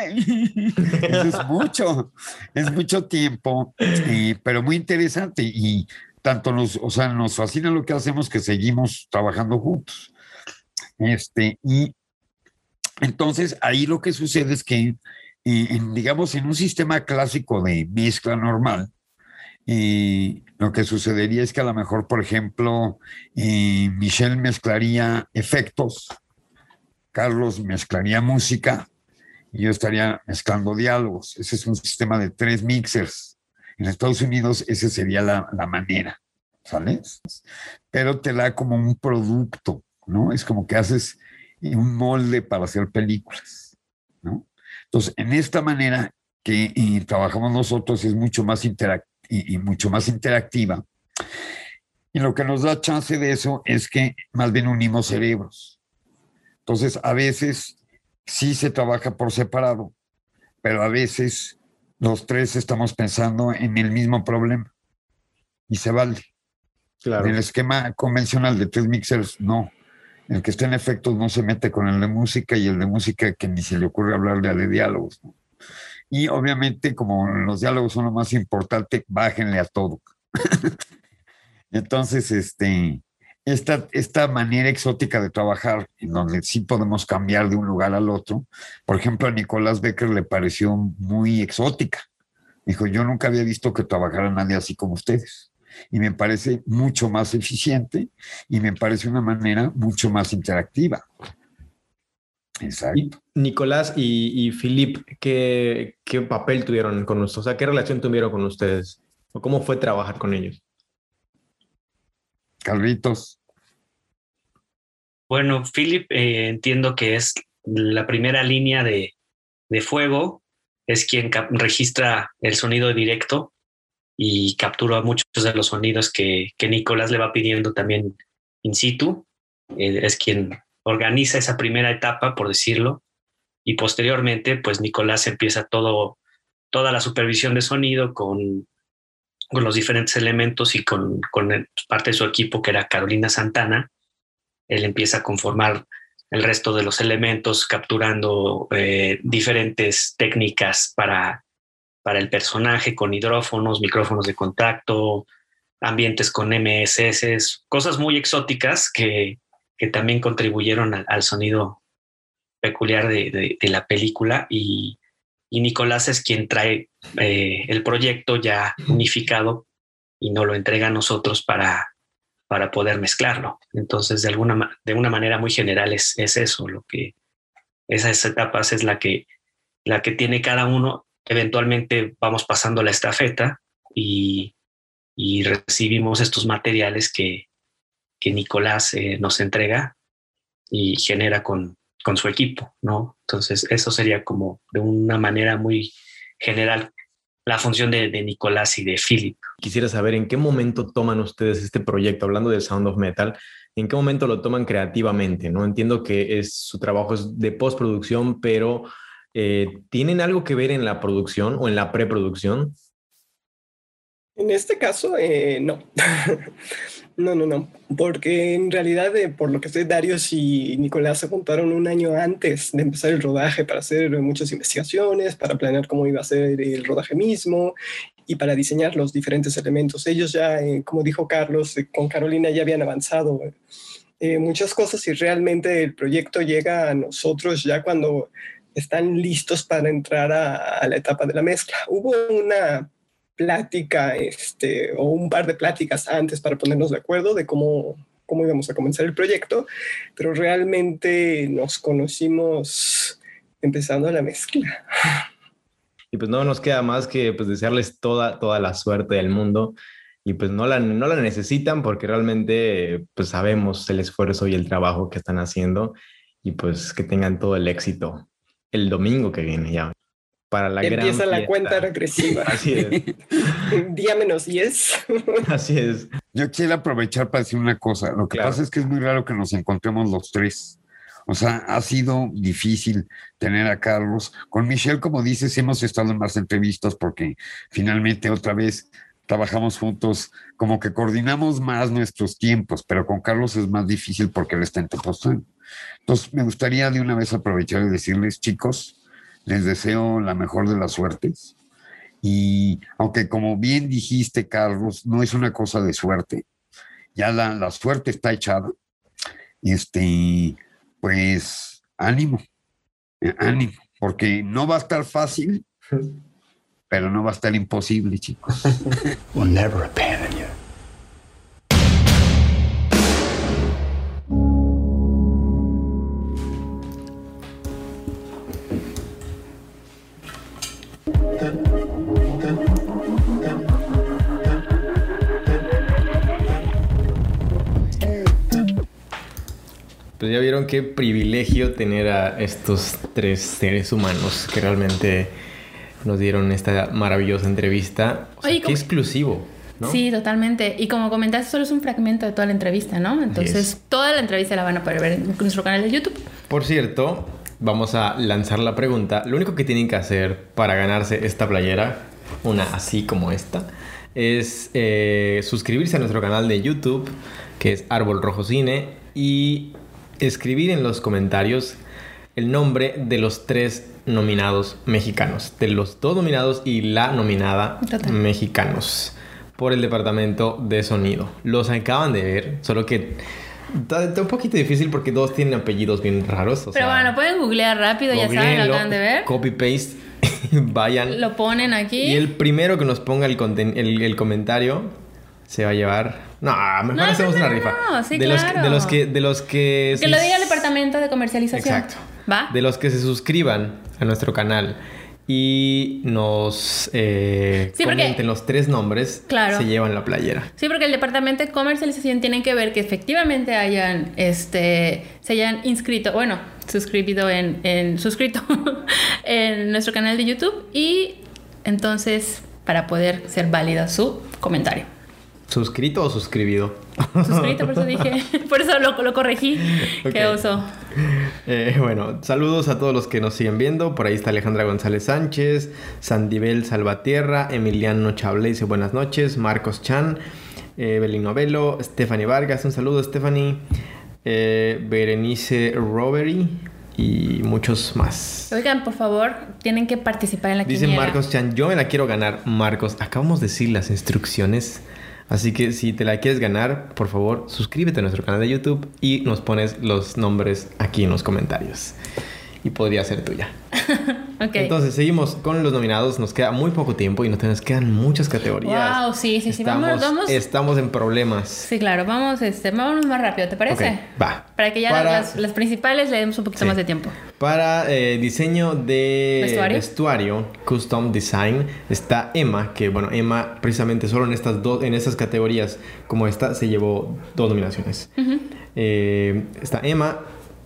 Eso es mucho, es mucho tiempo, eh, pero muy interesante. Y tanto nos, o sea, nos fascina lo que hacemos que seguimos trabajando juntos. Este, y entonces ahí lo que sucede es que, eh, en, digamos, en un sistema clásico de mezcla normal, eh, lo que sucedería es que a lo mejor, por ejemplo, eh, Michelle mezclaría efectos, Carlos mezclaría música y yo estaría mezclando diálogos. Ese es un sistema de tres mixers. En Estados Unidos esa sería la, la manera, ¿sabes? Pero te da como un producto, ¿no? Es como que haces un molde para hacer películas, ¿no? Entonces, en esta manera que eh, trabajamos nosotros es mucho más interactiva y, y mucho más interactiva. Y lo que nos da chance de eso es que más bien unimos cerebros. Entonces, a veces sí se trabaja por separado, pero a veces los tres estamos pensando en el mismo problema y se vale. Claro. En el esquema convencional de tres mixers, no. El que está en efectos no se mete con el de música y el de música que ni se le ocurre hablarle de diálogos, ¿no? Y obviamente, como los diálogos son lo más importante, bájenle a todo. Entonces, este, esta, esta manera exótica de trabajar, en donde sí podemos cambiar de un lugar al otro, por ejemplo, a Nicolás Becker le pareció muy exótica. Dijo, yo nunca había visto que trabajara nadie así como ustedes. Y me parece mucho más eficiente y me parece una manera mucho más interactiva. Exacto. Y Nicolás y, y Philip, ¿qué, ¿qué papel tuvieron con nosotros? O sea, ¿qué relación tuvieron con ustedes? ¿O cómo fue trabajar con ellos? Carlitos. Bueno, Philip, eh, entiendo que es la primera línea de, de fuego, es quien cap- registra el sonido directo y captura muchos de los sonidos que, que Nicolás le va pidiendo también in situ. Eh, es quien organiza esa primera etapa, por decirlo, y posteriormente, pues Nicolás empieza todo, toda la supervisión de sonido con, con los diferentes elementos y con, con el, parte de su equipo, que era Carolina Santana. Él empieza a conformar el resto de los elementos, capturando eh, diferentes técnicas para, para el personaje, con hidrófonos, micrófonos de contacto, ambientes con M S S, cosas muy exóticas que, que también contribuyeron al, al sonido peculiar de, de, de la película. Y, y Nicolás es quien trae eh, el proyecto ya unificado y nos lo entrega a nosotros para, para poder mezclarlo. Entonces, de alguna de una manera muy general es, es eso, lo que esas etapas es la que, la que tiene cada uno. Eventualmente vamos pasando la estafeta y, y recibimos estos materiales que, que Nicolás eh, nos entrega y genera con, con su equipo, ¿no? Entonces, eso sería como de una manera muy general la función de, de Nicolás y de Philip. Quisiera saber en qué momento toman ustedes este proyecto, hablando del Sound of Metal, en qué momento lo toman creativamente, ¿no? Entiendo que es, su trabajo es de postproducción, pero eh, ¿tienen algo que ver en la producción o en la preproducción? En este caso, eh, no. No, no, no. Porque en realidad, eh, por lo que sé, Darius y Nicolás se juntaron un año antes de empezar el rodaje para hacer muchas investigaciones, para planear cómo iba a ser el rodaje mismo y para diseñar los diferentes elementos. Ellos ya, eh, como dijo Carlos, eh, con Carolina ya habían avanzado eh, muchas cosas y realmente el proyecto llega a nosotros ya cuando están listos para entrar a, a la etapa de la mezcla. Hubo una plática este, o un par de pláticas antes para ponernos de acuerdo de cómo, cómo íbamos a comenzar el proyecto, pero realmente nos conocimos empezando la mezcla. Y pues no nos queda más que pues desearles toda, toda la suerte del mundo y pues no la, no la necesitan porque realmente pues sabemos el esfuerzo y el trabajo que están haciendo y pues que tengan todo el éxito el domingo que viene ya. Para la gran Empieza la fiesta. cuenta regresiva. Así es. Día menos diez. Así es. Yo quiero aprovechar para decir una cosa. Lo que Claro. pasa es que es muy raro que nos encontremos los tres. O sea, ha sido difícil tener a Carlos. Con Michelle, como dices, hemos estado en más entrevistas porque finalmente otra vez trabajamos juntos, como que coordinamos más nuestros tiempos, pero con Carlos es más difícil porque él está en Tepoztlán. Entonces, me gustaría de una vez aprovechar y decirles, chicos, les deseo la mejor de las suertes. Y aunque como bien dijiste, Carlos, no es una cosa de suerte, ya la, la suerte está echada. Este, pues ánimo, eh, ánimo, porque no va a estar fácil, pero no va a estar imposible, chicos. We'll never abandon you. Pues ya vieron qué privilegio tener a estos tres seres humanos que realmente nos dieron esta maravillosa entrevista. O sea, Oye, qué ¿cómo? exclusivo, ¿no? Sí, totalmente. Y como comentaste, solo es un fragmento de toda la entrevista, ¿no? Entonces, Yes. toda la entrevista la van a poder ver en nuestro canal de YouTube. Por cierto, vamos a lanzar la pregunta. Lo único que tienen que hacer para ganarse esta playera, una así como esta, es eh, suscribirse a nuestro canal de YouTube, que es Árbol Rojo Cine, y escribir en los comentarios el nombre de los tres nominados mexicanos, de los dos nominados y la nominada Total. mexicanos por el departamento de sonido. Los acaban de ver, solo que está, está un poquito difícil porque todos tienen apellidos bien raros. O Pero sea, bueno, pueden googlear rápido, ya saben, lo googleenlo, acaban de ver. Copy paste, vayan. Lo ponen aquí. Y el primero que nos ponga el, conten- el, el comentario se va a llevar. No, mejor No, hacemos no, no, una no, rifa. no, sí, de, los, claro. de los que de los que Que se- lo diga el departamento de comercialización. Exacto. ¿Va? De los que se suscriban a nuestro canal y nos eh, Sí, porque- comenten los tres nombres, Claro. se llevan la playera. Sí, porque el departamento de comercialización tiene que ver que efectivamente hayan, este, se hayan inscrito, bueno, suscribido en, en suscrito en nuestro canal de YouTube y entonces para poder ser válido su comentario. ¿Suscrito o suscribido? Suscrito, por eso dije, por eso lo, lo corregí. Qué Ok. oso. Eh, bueno, saludos a todos los que nos siguen viendo. Por ahí está Alejandra González Sánchez, Sandibel Salvatierra, Emiliano Chablé dice buenas noches, Marcos Chan, eh, Belín Novelo, Stephanie Vargas, un saludo Stephanie, eh, Berenice Robery y muchos más. Oigan, por favor, tienen que participar en la Dice quiniela. Marcos Chan, yo me la quiero ganar. Marcos, acabamos de decir las instrucciones. Así que si te la quieres ganar, por favor, suscríbete a nuestro canal de YouTube y nos pones los nombres aquí en los comentarios. Y podría ser tuya. Ok. Entonces, seguimos con los nominados. Nos queda muy poco tiempo y nos nos quedan muchas categorías. Wow, sí, sí, sí. Estamos, Vamos, vamos. estamos en problemas. Sí, sí, vamos, este, vámonos más rápido, ¿te parece? Ok, va. Para que ya Para- las, las principales le demos un poquito Sí. más de tiempo. Para eh, diseño de ¿Vestuario? vestuario, Custom Design, está Emma, que bueno, Emma precisamente solo en estas dos, en estas categorías como esta, se llevó dos nominaciones. Ujú. Eh, está Emma,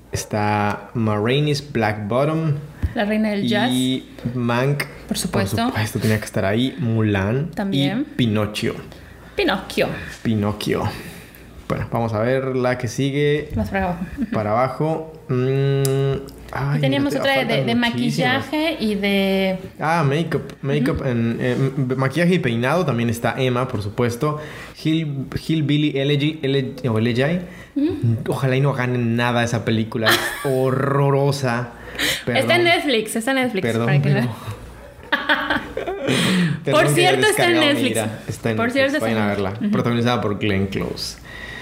está Marraine's Black Bottom La reina del jazz. y Mank, Por supuesto. por supuesto, tenía que estar ahí, Mulan También. y Pinocho. Pinocchio. Pinocchio. Bueno, vamos a ver la que sigue. Más para abajo. Para abajo. Mm, ay, Y teníamos me otra de, faltan de muchísimas. maquillaje y de... Ah, make-up. Make-up en, eh, m- maquillaje y peinado. También está Emma, por supuesto. Hill, Hillbilly Elegy. Elegy, o Elegy. Ojalá y no ganen nada esa película. Es horrorosa. Perdón. Está en Netflix, está en Netflix. Perdón, para que pero- la- Perdón Por que haya cierto, está en descargado mi Netflix. ira. Está en Por Netflix, cierto, está vayan en a verla. Netflix. Ujú. Protagonizada por Glenn Close.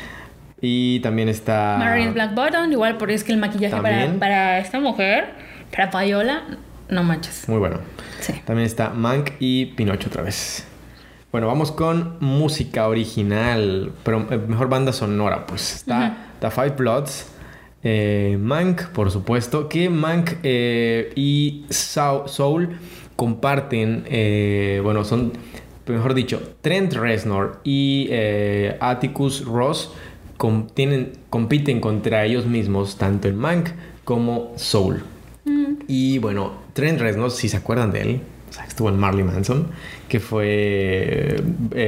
Y también está... Marine Black Bottom, igual porque es que el maquillaje para, También. para esta mujer, para Payola, no manches. Muy bueno. Sí. También está Mank y Pinocho otra vez. Bueno, vamos con música original, pero eh, mejor banda sonora, pues. Está The Five Bloods, eh, Mank, por supuesto, que Mank eh, y Sau- Soul comparten, eh, bueno, son, mejor dicho, Trent Reznor y eh, Atticus Ross com- tienen, compiten contra ellos mismos, tanto en Mank como Soul. Mm, Y bueno, Trent Reznor, si se acuerdan de él, o sea, estuvo en Marilyn Manson, que fue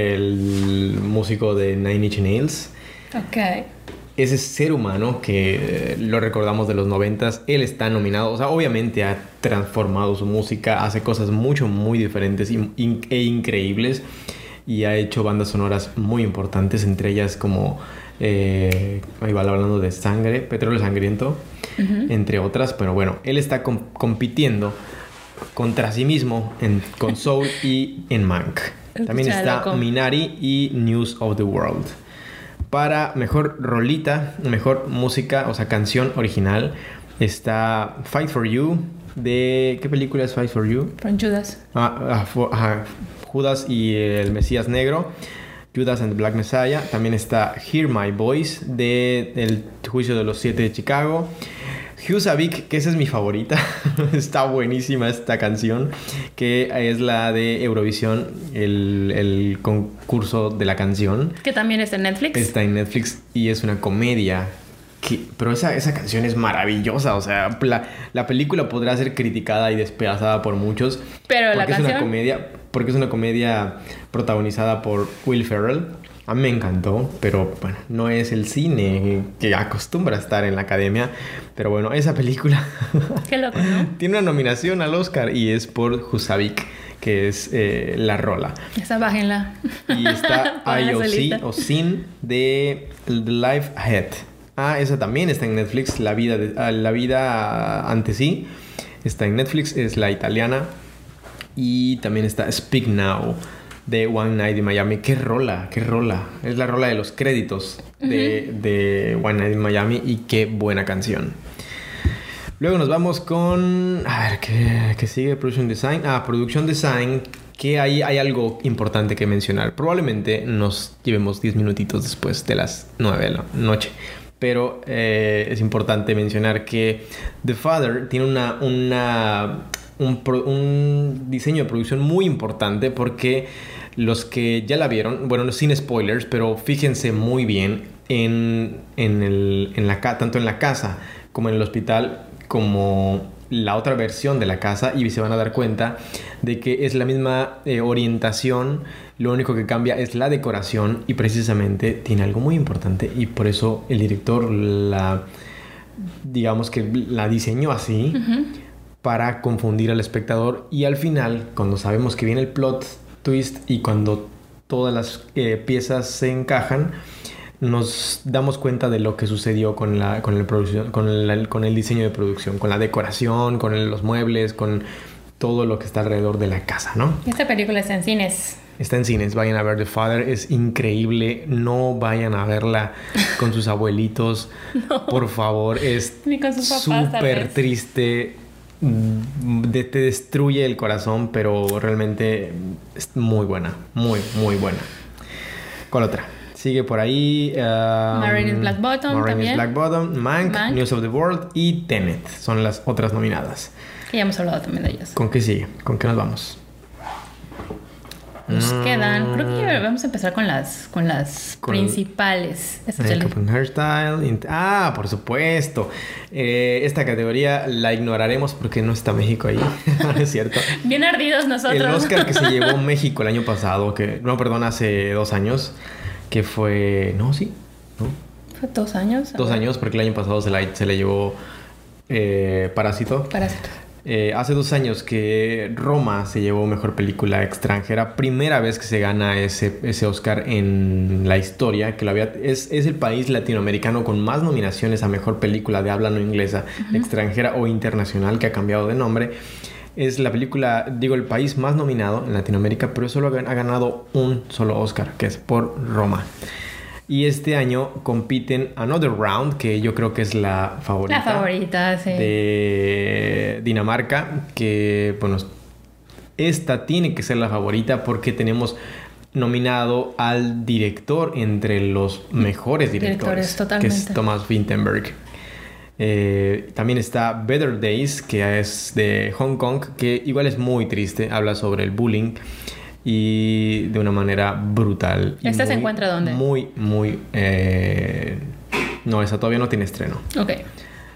el músico de Nine Inch Nails. Ok. Ese ser humano que lo recordamos de los noventas, él está nominado, o sea, obviamente ha transformado su música, hace cosas mucho, muy diferentes e increíbles, y ha hecho bandas sonoras muy importantes, entre ellas como, eh, ahí va hablando de Sangre, Petróleo Sangriento, uh-huh. entre otras, pero bueno, él está com compitiendo contra sí mismo en, con Soul y en Mank. También está loco. Minari y News of the World. Para mejor rolita, mejor música, o sea, canción original, está Fight for You. ¿De qué película es Fight for You? Con Judas. Ah, ah, for, ah, Judas y el Mesías Negro. Judas and the Black Messiah. También está Hear My Voice de El Juicio de los Siete de Chicago. Husavik, que esa es mi favorita. Está buenísima esta canción, que es la de Eurovisión, el, el concurso de la canción. Que también está en Netflix. Está en Netflix y es una comedia. Que, pero esa, esa canción es maravillosa. O sea, la, la película podrá ser criticada y despedazada por muchos. Pero la porque canción... es una comedia, porque es una comedia protagonizada por Will Ferrell. A mí me encantó, pero bueno, no es el cine que acostumbra a estar en la academia. Pero bueno, esa película Qué loco, ¿no? tiene una nominación al Oscar y es por Husavik, que es eh, la rola. Esa bájenla. Y está I O C o Sin de The Life Ahead. Ah, esa también está en Netflix, La vida, de, la vida ante sí. Está en Netflix, es la italiana. Y también está Speak Now de One Night in Miami. ¡Qué rola! ¡Qué rola! Es la rola de los créditos de, uh-huh. de One Night in Miami y qué buena canción. Luego nos vamos con... A ver, ¿qué, qué sigue? Production Design. Ah, Production Design, que ahí hay algo importante que mencionar. Probablemente nos llevemos diez minutitos después de las nueve de la noche. Pero eh, es importante mencionar que The Father tiene una... una un, un diseño de producción muy importante porque... Los que ya la vieron, bueno, sin spoilers, pero fíjense muy bien en, en, el, en la, tanto en la casa como en el hospital, como la otra versión de la casa, y se van a dar cuenta de que es la misma eh, orientación, lo único que cambia es la decoración, y precisamente tiene algo muy importante, y por eso el director la, digamos que la diseñó así, uh-huh. para confundir al espectador, y al final, cuando sabemos que viene el plot twist y cuando todas las eh, piezas se encajan, nos damos cuenta de lo que sucedió con la con el producción con, la, con el diseño de producción, con la decoración, con el, los muebles, con todo lo que está alrededor de la casa, ¿no? Esta película está en cines. Está en cines, vayan a ver The Father, es increíble, no vayan a verla con sus abuelitos, no. Por favor, es súper triste. De, te destruye el corazón, pero realmente es muy buena, muy, muy buena. ¿Cuál otra? Sigue por ahí um, Marines Black Bottom también. Black Bottom, Mank, Mank, News of the World y Tenet son las otras nominadas. Que ya hemos hablado también de ellas. ¿Con qué sigue? ¿Con qué nos vamos? Nos quedan, creo que vamos a empezar con las con las con principales. Makeup and Hairstyle. Ah, por supuesto. Eh, esta categoría la ignoraremos porque no está México ahí. Es cierto. Bien ardidos nosotros. El Oscar que se llevó México el año pasado, que no, perdón, hace dos años, que fue, no, sí, ¿no? ¿Fue dos años? Dos años, porque el año pasado se la, se le llevó eh, Parásito. Parásito. Eh, hace dos años que Roma se llevó mejor película extranjera. Primera vez que se gana ese, ese Oscar en la historia. Que lo había, es, es el país latinoamericano con más nominaciones a mejor película de habla no inglesa, uh-huh. extranjera o internacional, que ha cambiado de nombre. Es la película, digo, el país más nominado en Latinoamérica, pero solo ha ganado un solo Oscar, que es por Roma. Y este año compiten Another Round, que yo creo que es la favorita. La favorita, sí. De Dinamarca, que, bueno, esta tiene que ser la favorita porque tenemos nominado al director entre los mejores directores. Directores, totalmente. Que es Thomas Vinterberg. Eh, también está Better Days, que es de Hong Kong, que igual es muy triste, habla sobre el bullying. Y de una manera brutal. ¿Esta muy, se encuentra dónde? Muy, muy... Eh... No, esa todavía no tiene estreno. Ok.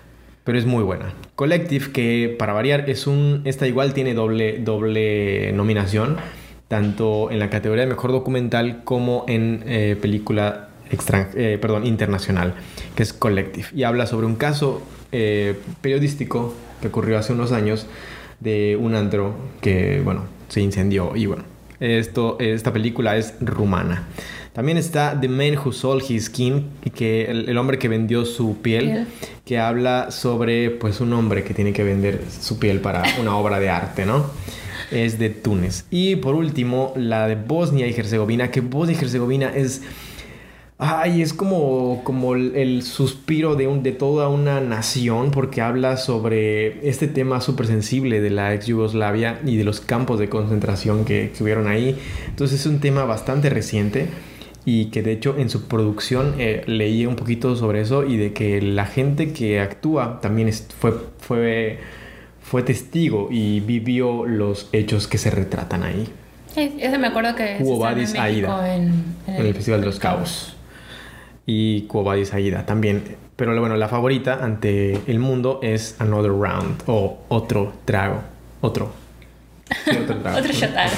pero es muy buena. Collective, que para variar es un... Esta igual tiene doble, doble nominación, tanto en la categoría de mejor documental como en eh, película extran- eh, perdón, internacional, que es Collective. Y habla sobre un caso eh, periodístico que ocurrió hace unos años de un antro que, bueno, se incendió. Y bueno, esto, esta película es rumana. También está The Man Who Sold His Skin, que el, el hombre que vendió su piel, piel, que habla sobre pues un hombre que tiene que vender su piel para una obra de arte, ¿no? Es de Túnez. Y por último, la de Bosnia y Herzegovina, que Bosnia y Herzegovina es... Ay, es como, como el, el suspiro de, un, de toda una nación, porque habla sobre este tema súper sensible de la ex Yugoslavia y de los campos de concentración que, que hubieron ahí. Entonces es un tema bastante reciente y que de hecho en su producción eh, leí un poquito sobre eso, y de que la gente que actúa también es, fue, fue, fue testigo y vivió los hechos que se retratan ahí. Sí, eso me acuerdo que Quo Vadis Aida en, en, el, en el Festival de los Cabos. Y Quo Vadis Aida también. Pero bueno, la favorita ante el mundo es Another Round, o Otro Trago. Otro. Sí, otro trago. Otro shotazo.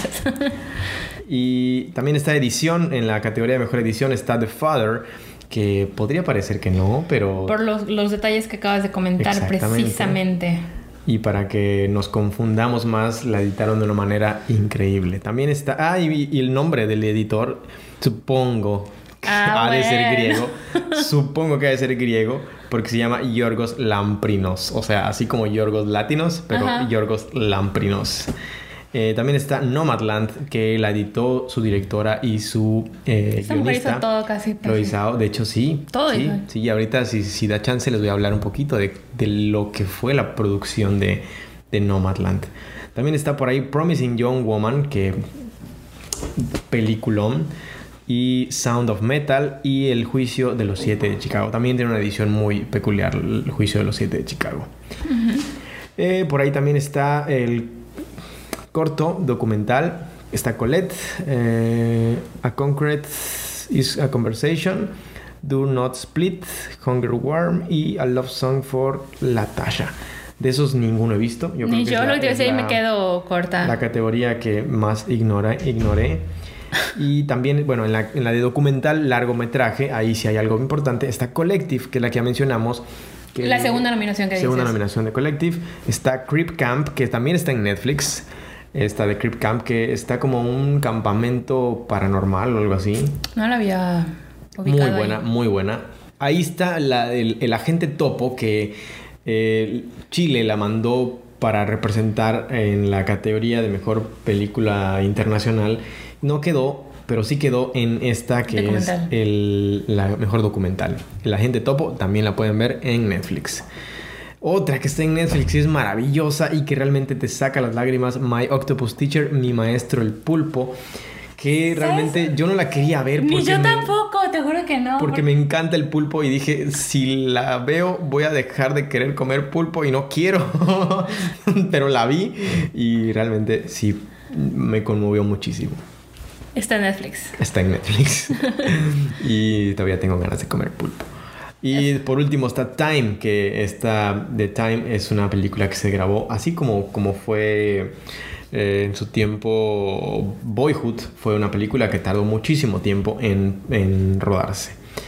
Y también está edición. En la categoría de mejor edición está The Father, que podría parecer que no, pero... Por los, los detalles que acabas de comentar precisamente. Y para que nos confundamos más, la editaron de una manera increíble. También está... Ah, y, y el nombre del editor, supongo... Ah, ha de bueno. ser griego. Supongo que ha de ser griego, porque se llama Yorgos Lamprinos. O sea, así como Yorgos Latinos, pero Ajá. Yorgos Lamprinos. Eh, también está Nomadland, que la editó su directora y su eh, Esta mujer hizo todo casi. Lo hizo, de hecho sí. Todo sí, hizo. Sí, y ahorita si, si da chance les voy a hablar un poquito de, de lo que fue la producción de, de Nomadland. También está por ahí Promising Young Woman, que... peliculón. Y Sound of Metal y El Juicio de los Siete de Chicago. También tiene una edición muy peculiar, El Juicio de los Siete de Chicago. Uh-huh. Eh, por ahí también está el corto documental. Está Colette, eh, A Concrete is a Conversation, Do Not Split, Hunger Worm y A Love Song for Latasha. De esos ninguno he visto. Yo Ni creo que yo es lo la, que decía y me quedo corta. La categoría que más ignora, ignoré. Y también, bueno, en la, en la de documental largometraje, ahí sí hay algo importante. Está Collective, que es la que ya mencionamos. Que la segunda nominación que Segunda dices. nominación de Collective. Está Creep Camp, que también está en Netflix. Esta de Creep Camp, que está como un campamento paranormal o algo así. No la había ubicado. Muy buena, ahí. muy buena. Ahí está la, el, el agente Topo, que eh, Chile la mandó para representar en la categoría de mejor película internacional. No quedó, pero sí quedó en esta que documental. Es el, la mejor documental. El agente Topo también la pueden ver en Netflix. Otra que está en Netflix y es maravillosa y que realmente te saca las lágrimas, My Octopus Teacher, Mi Maestro el Pulpo, que realmente yo no la quería ver. Ni yo me, tampoco, te juro que no. Porque, porque me encanta el pulpo y dije, si la veo voy a dejar de querer comer pulpo y no quiero. Pero la vi y realmente sí me conmovió muchísimo. Está en Netflix. Está en Netflix. Y todavía tengo ganas de comer pulpo. Y por último está Time, que esta de Time es una película que se grabó así como, como fue eh, en su tiempo Boyhood. Fue una película que tardó muchísimo tiempo en, en rodarse.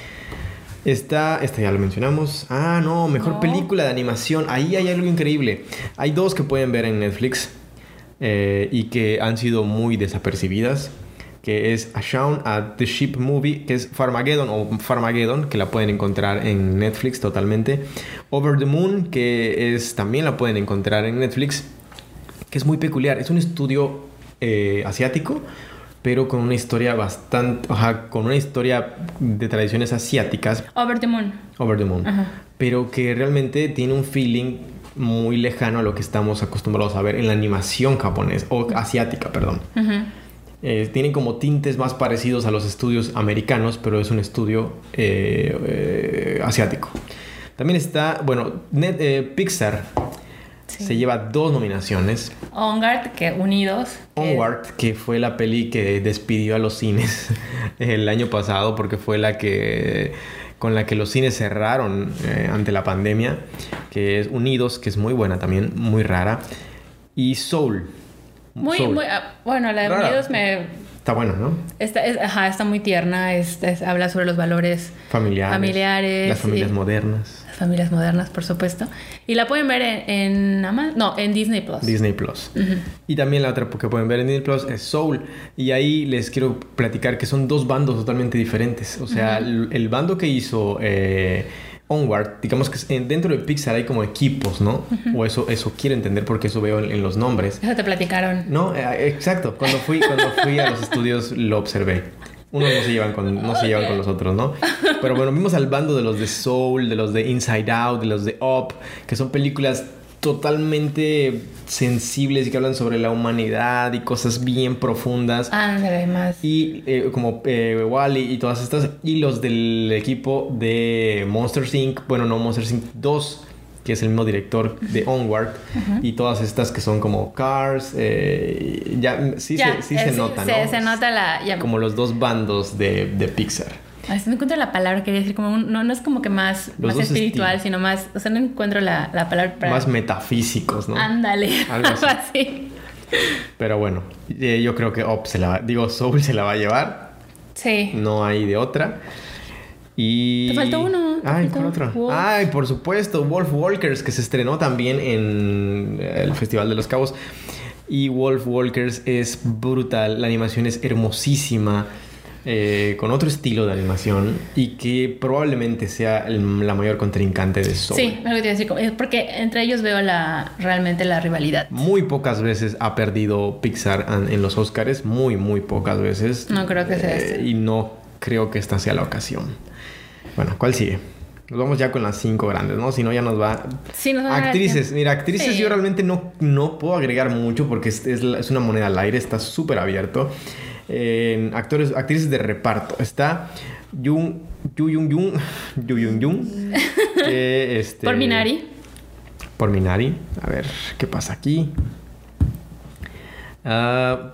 Esta, esta ya lo mencionamos. Ah, no, mejor no. película de animación. Ahí hay algo increíble. Hay dos que pueden ver en Netflix eh, y que han sido muy desapercibidas, que es A Shaun at the Ship Movie, que es Farmageddon o Farmageddon, que la pueden encontrar en Netflix totalmente. Over the Moon, que es también la pueden encontrar en Netflix, que es muy peculiar. Es un estudio eh, asiático, pero con una historia bastante... Ajá, con una historia de tradiciones asiáticas. Over the Moon. Over the Moon. Ajá. Pero que realmente tiene un feeling muy lejano a lo que estamos acostumbrados a ver en la animación japonesa, o asiática, perdón. Ajá. Eh, tienen como tintes más parecidos a los estudios americanos, pero es un estudio eh, eh, asiático. También está, bueno, Net, eh, Pixar sí. se lleva dos nominaciones. Onward, que unidos. Onward, que fue la peli que despidió a los cines el año pasado, porque fue la que con la que los cines cerraron eh, ante la pandemia, que es Unidos, que es muy buena también, muy rara, y Soul. Muy, Soul. muy, ah, bueno, la de Rara. Unidos me... Está buena, ¿no? Está, es- ajá, está muy tierna, es- es- habla sobre los valores Familiares. familiares, Las familias sí. modernas. Las familias modernas, por supuesto. Y la pueden ver en, en Ama- no, en Disney Plus. Disney Plus. Y también la otra que pueden ver en Disney Plus es Soul. Y ahí les quiero platicar que son dos bandos totalmente diferentes. O sea, el, el bando que hizo eh, Onward, digamos que en- dentro de Pixar hay como equipos, ¿no? O eso, eso quiero entender porque eso veo en, en los nombres. Eso te platicaron. No, eh, exacto. Cuando fui, cuando fui a los estudios lo observé. Unos no se llevan con, no se llevan con los otros, ¿no? Pero bueno, vimos al bando de los de Soul, de los de Inside Out, de los de Up, que son películas totalmente sensibles y que hablan sobre la humanidad y cosas bien profundas. Ándale, más. Y eh, como eh, Wall-E y todas estas. Y los del equipo de Monsters incorporated. Bueno, no, Monsters incorporated dos, que es el mismo director de Onward. Y todas estas que son como Cars. Eh, ya sí, Ya, se, sí eh, se nota, se, ¿no? se nota la... Ya, Como los dos bandos de, de Pixar. Ay, no encuentro la palabra, quería decir como un- no, no es como que más, Los más dos espiritual, estilos. sino más, o sea, no encuentro la, la palabra para... Más metafísicos, ¿no? Ándale, Algo algo así. así. Pero bueno, eh, yo creo que Up se la va... Digo, Soul se la va a llevar. Sí. No hay de otra. Y... Te faltó uno, te Ay, faltó ¿cuál otra? Wolf. Ay, por supuesto, Wolf Walkers, que se estrenó también en el Festival de los Cabos. Y Wolf Walkers es brutal. La animación es hermosísima. Eh, con otro estilo de animación. Y que probablemente sea el- la mayor contrincante de Soul. Sí, algo que te iba a decir, como- es porque entre ellos veo la realmente la rivalidad. Muy pocas veces ha perdido Pixar en, en los Oscars. Muy, muy pocas veces. No creo que sea Eh, este. Y no creo que esta sea la ocasión. Bueno, ¿cuál sigue? Nos vamos ya con las cinco grandes, ¿no? Si no, ya nos va... Sí, nos va a dar Actrices. tiempo. Mira, actrices Sí. yo realmente no, no puedo agregar mucho porque es, es, la- es una moneda al aire. Está súper abierto. Eh, actores, actrices de reparto. Está Jung... Yu Yung Yung... Yu Yung Yung. que, este, Por Minari. Por Minari. A ver, ¿qué pasa aquí? Ah,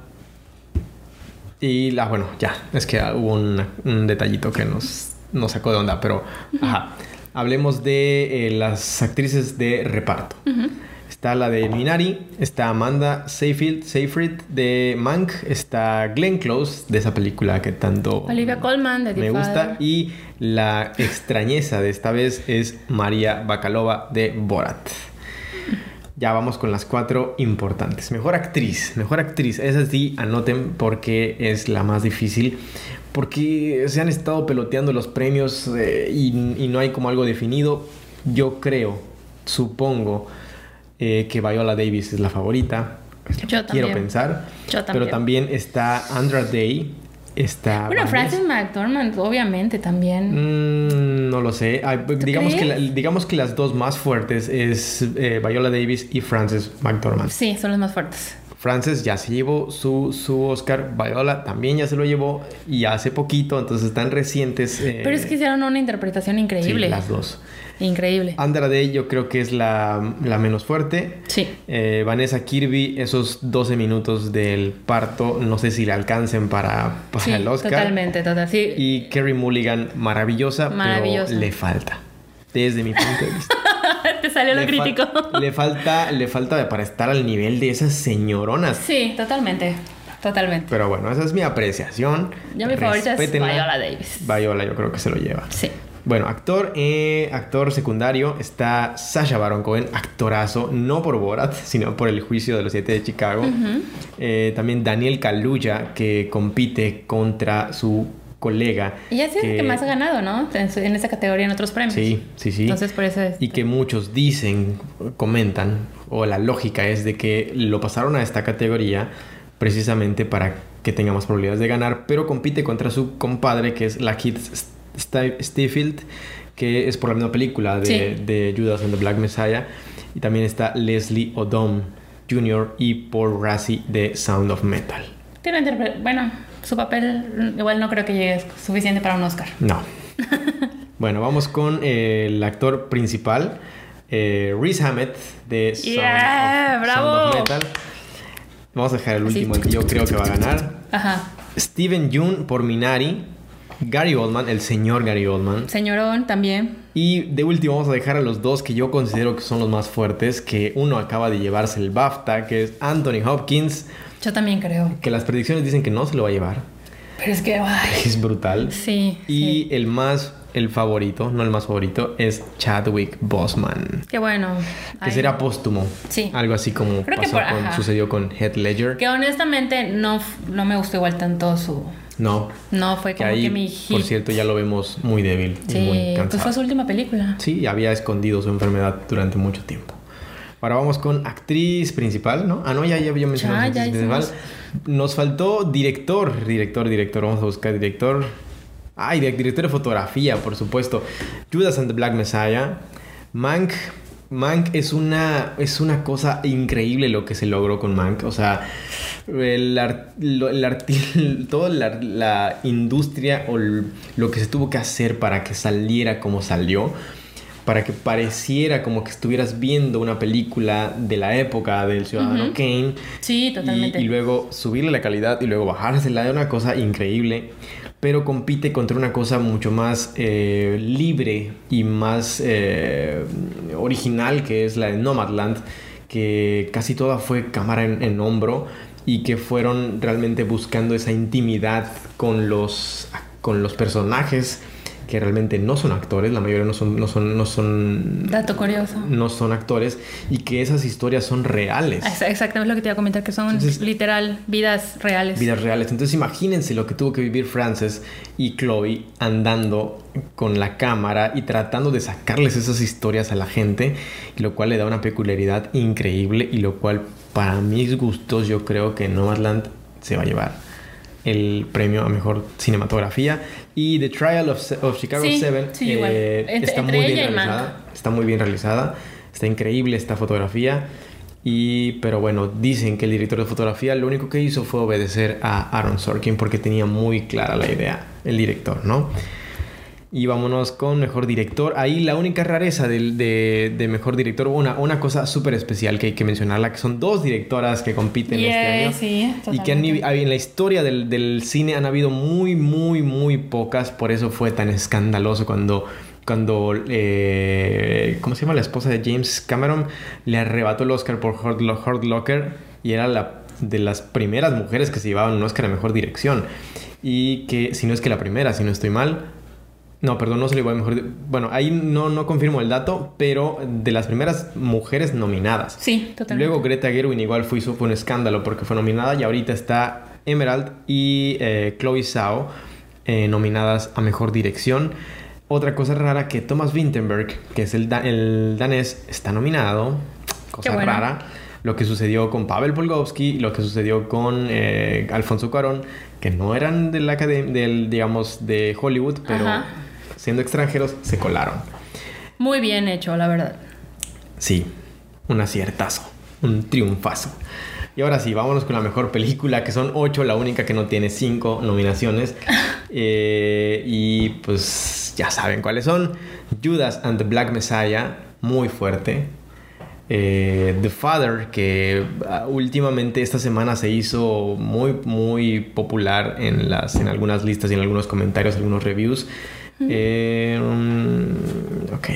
y la, bueno, ya. Es que hubo un, un detallito que nos, nos sacó de onda, pero... Ajá. Hablemos de eh, las actrices de reparto. Está la de Minari, está Amanda Seyfried, Seyfried de Mank, está Glenn Close de esa película que tanto Olivia Colman de The me gusta, Father. y la extrañeza de esta vez es María Bakalova de Borat. Ya vamos con las cuatro importantes. Mejor actriz, mejor actriz. Esa sí, anoten porque es la más difícil. Porque se han estado peloteando los premios eh, y, y no hay como algo definido. Yo creo, supongo, eh, que Viola Davis es la favorita. Es lo Yo que quiero también. pensar. Yo Pero también está Andra Day. Está Bueno, Vanessa- Frances McDormand, obviamente, también. Mm, no lo sé. Ay, pues, digamos, que crees? la- digamos que las dos más fuertes es eh, Viola Davis y Frances McDormand. Sí, son los más fuertes. Frances ya se llevó su, su Oscar. Viola también ya se lo llevó. Y hace poquito, entonces están recientes. eh, Pero es que hicieron una interpretación sí, increíble. las dos. Increíble. Andra Day yo creo que es la, la menos fuerte. Sí. Eh, Vanessa Kirby, esos doce minutos del parto, no sé si le alcancen para, para Sí, el Oscar. totalmente, total. Sí. Y Carey Mulligan, maravillosa, Maravillosa. pero le falta. Desde mi punto de vista. Te salió lo Le fal- crítico. le falta, le falta para estar al nivel de esas señoronas. Sí, totalmente. Totalmente. Pero bueno, esa es mi apreciación. Yo mi favorita es Respétenla. Viola Davis. Viola yo creo que se lo lleva. Sí. Bueno, actor, eh, actor secundario está Sacha Baron Cohen, actorazo, no por Borat, sino por El juicio de los siete de Chicago. Eh, también Daniel Kaluuya, que compite contra su colega. Y ya es el que más ha ganado, ¿no? En, su- en esa categoría, en otros premios. Sí, sí, sí. Entonces, por eso es. Y que muchos dicen, comentan, o la lógica es de que lo pasaron a esta categoría precisamente para que tenga más probabilidades de ganar, pero compite contra su compadre, que es Lakeith St- Stanfield, que es por la misma película de, Sí. de Judas and the Black Messiah. Y también está Leslie Odom junior y Paul Rassi de Sound of Metal. Tiene interpre- Bueno, su papel mm, igual no creo que llegue suficiente para un Oscar. No. Bueno, vamos con eh, el actor principal, eh, Riz Ahmed de Sound, Yeah, of, bravo. Sound of Metal. Vamos a dejar el Así. último, el que yo creo que va a ganar. Ajá. Steven Yeun por Minari. Gary Oldman, el señor Gary Oldman. Señorón también. Y de último vamos a dejar a los dos que yo considero que son los más fuertes, que uno acaba de llevarse el BAFTA, que es Anthony Hopkins. Yo también creo. Que las predicciones dicen que no se lo va a llevar. Pero es que... Ay. Es brutal. Sí. Y sí. el más... El favorito, no el más favorito, es Chadwick Boseman. Qué bueno. Que Ay. será póstumo. Sí. Algo así como Creo pasó por, con, sucedió con Heath Ledger. Que honestamente no, no me gustó igual tanto su... No. No, fue como que, ahí, que mi hit. Por cierto, ya lo vemos muy débil. Sí, muy cansado. Pues fue su última película. Sí, había escondido su enfermedad durante mucho tiempo. Ahora vamos con actriz principal, ¿no? Ah, no, ya, ya había mencionado ya, actriz ya principal. hicimos. Nos faltó director, director, director. Vamos a buscar director. Ay, director de fotografía, por supuesto. Judas and the Black Messiah. Mank. Mank es una, es una cosa increíble lo que se logró con Mank. O sea, el, el, el, toda la, la industria o el, lo que se tuvo que hacer para que saliera como salió. Para que pareciera como que estuvieras viendo una película de la época del Ciudadano uh-huh. Kane. Sí, totalmente. Y, y luego subirle la calidad y luego bajársela, de una cosa increíble. Pero compite contra una cosa mucho más eh, libre y más eh, original, que es la de Nomadland, que casi toda fue cámara en, en hombro y que fueron realmente buscando esa intimidad con los, con los personajes que realmente no son actores, la mayoría no son, no son, no son... Dato curioso. No son actores y que esas historias son reales. Exactamente lo que te iba a comentar, que son Entonces, literal vidas reales. Vidas reales. Entonces imagínense lo que tuvo que vivir Frances y Chloe andando con la cámara y tratando de sacarles esas historias a la gente, lo cual le da una peculiaridad increíble y lo cual para mis gustos yo creo que Nomadland se va a llevar el premio a mejor cinematografía. Y The Trial of, of Chicago sí, siete sí, eh, entre, está entre muy bien ella realizada. Está muy bien realizada. Está increíble esta fotografía. Y, pero bueno, dicen que el director de fotografía lo único que hizo fue obedecer a Aaron Sorkin porque tenía muy clara la idea, el director, ¿no? Y vámonos con mejor director. Ahí la única rareza de, de, de mejor director, una, una cosa súper especial que hay que mencionarla, que son dos directoras que compiten yeah, este año. Sí, y que han, en la historia del, del cine han habido muy, muy, muy pocas. Por eso fue tan escandaloso cuando... Cuando, eh, ¿cómo se llama? La esposa de James Cameron le arrebató el Oscar por Hurt, Hurt Locker y era la de las primeras mujeres que se llevaban un Oscar a mejor dirección. Y que, si no es que la primera, si no estoy mal... No, perdón, no se le llevó a mejor... Bueno, ahí no, no confirmo el dato, pero de las primeras mujeres nominadas. Sí, totalmente. Luego Greta Gerwig igual fue, fue un escándalo porque fue nominada y ahorita está Emerald y eh, Chloe Zhao eh, nominadas a mejor dirección. Otra cosa rara que Thomas Vinterberg, que es el, da- el danés, está nominado. Cosa bueno. rara. Lo que sucedió con Pavel Polgowski, lo que sucedió con eh, Alfonso Cuarón, que no eran de la academia, del, digamos, de Hollywood, pero Ajá. siendo extranjeros se colaron. Muy bien hecho, la verdad. Sí, un aciertazo, un triunfazo. Y ahora sí, vámonos con la mejor película, que son ocho, la única que no tiene cinco nominaciones. eh, y pues ya saben cuáles son. Judas and the Black Messiah, muy fuerte. Eh, The Father, que uh, últimamente esta semana se hizo muy, muy popular en, las, en algunas listas y en algunos comentarios, algunos reviews. Mm. Eh, um, ok.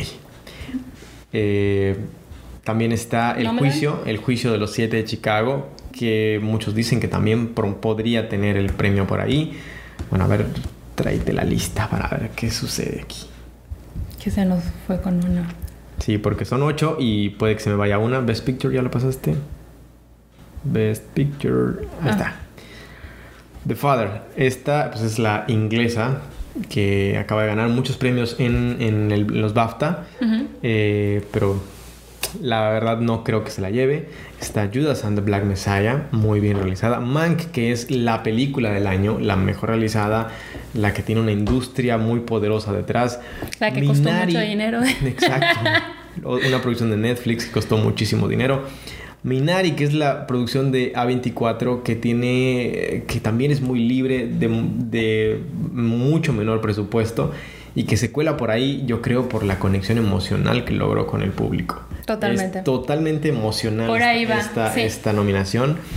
Eh... También está El Juicio, El Juicio de los Siete de Chicago, que muchos dicen que también podría tener el premio por ahí. Bueno, a ver, tráete la lista para ver qué sucede aquí. Que se nos fue con una. Sí, porque son ocho y puede que se me vaya una. Best Picture, ¿ya lo pasaste? Best Picture, ahí ah. está. The Father, esta pues es la inglesa que acaba de ganar muchos premios en, en, el, en los BAFTA, uh-huh. eh, pero... La verdad no creo que se la lleve. Está Judas and the Black Messiah, muy bien realizada. Mank, que es la película del año, la mejor realizada, la que tiene una industria muy poderosa detrás. La que Minari, costó mucho dinero. Exacto. Una producción de Netflix que costó muchísimo dinero. Minari, que es la producción de A veinticuatro, que tiene, que también es muy libre, de, de mucho menor presupuesto y que se cuela por ahí, yo creo, por la conexión emocional que logró con el público. Totalmente. Es totalmente emocional por ahí esta, va, esta, sí. esta nominación.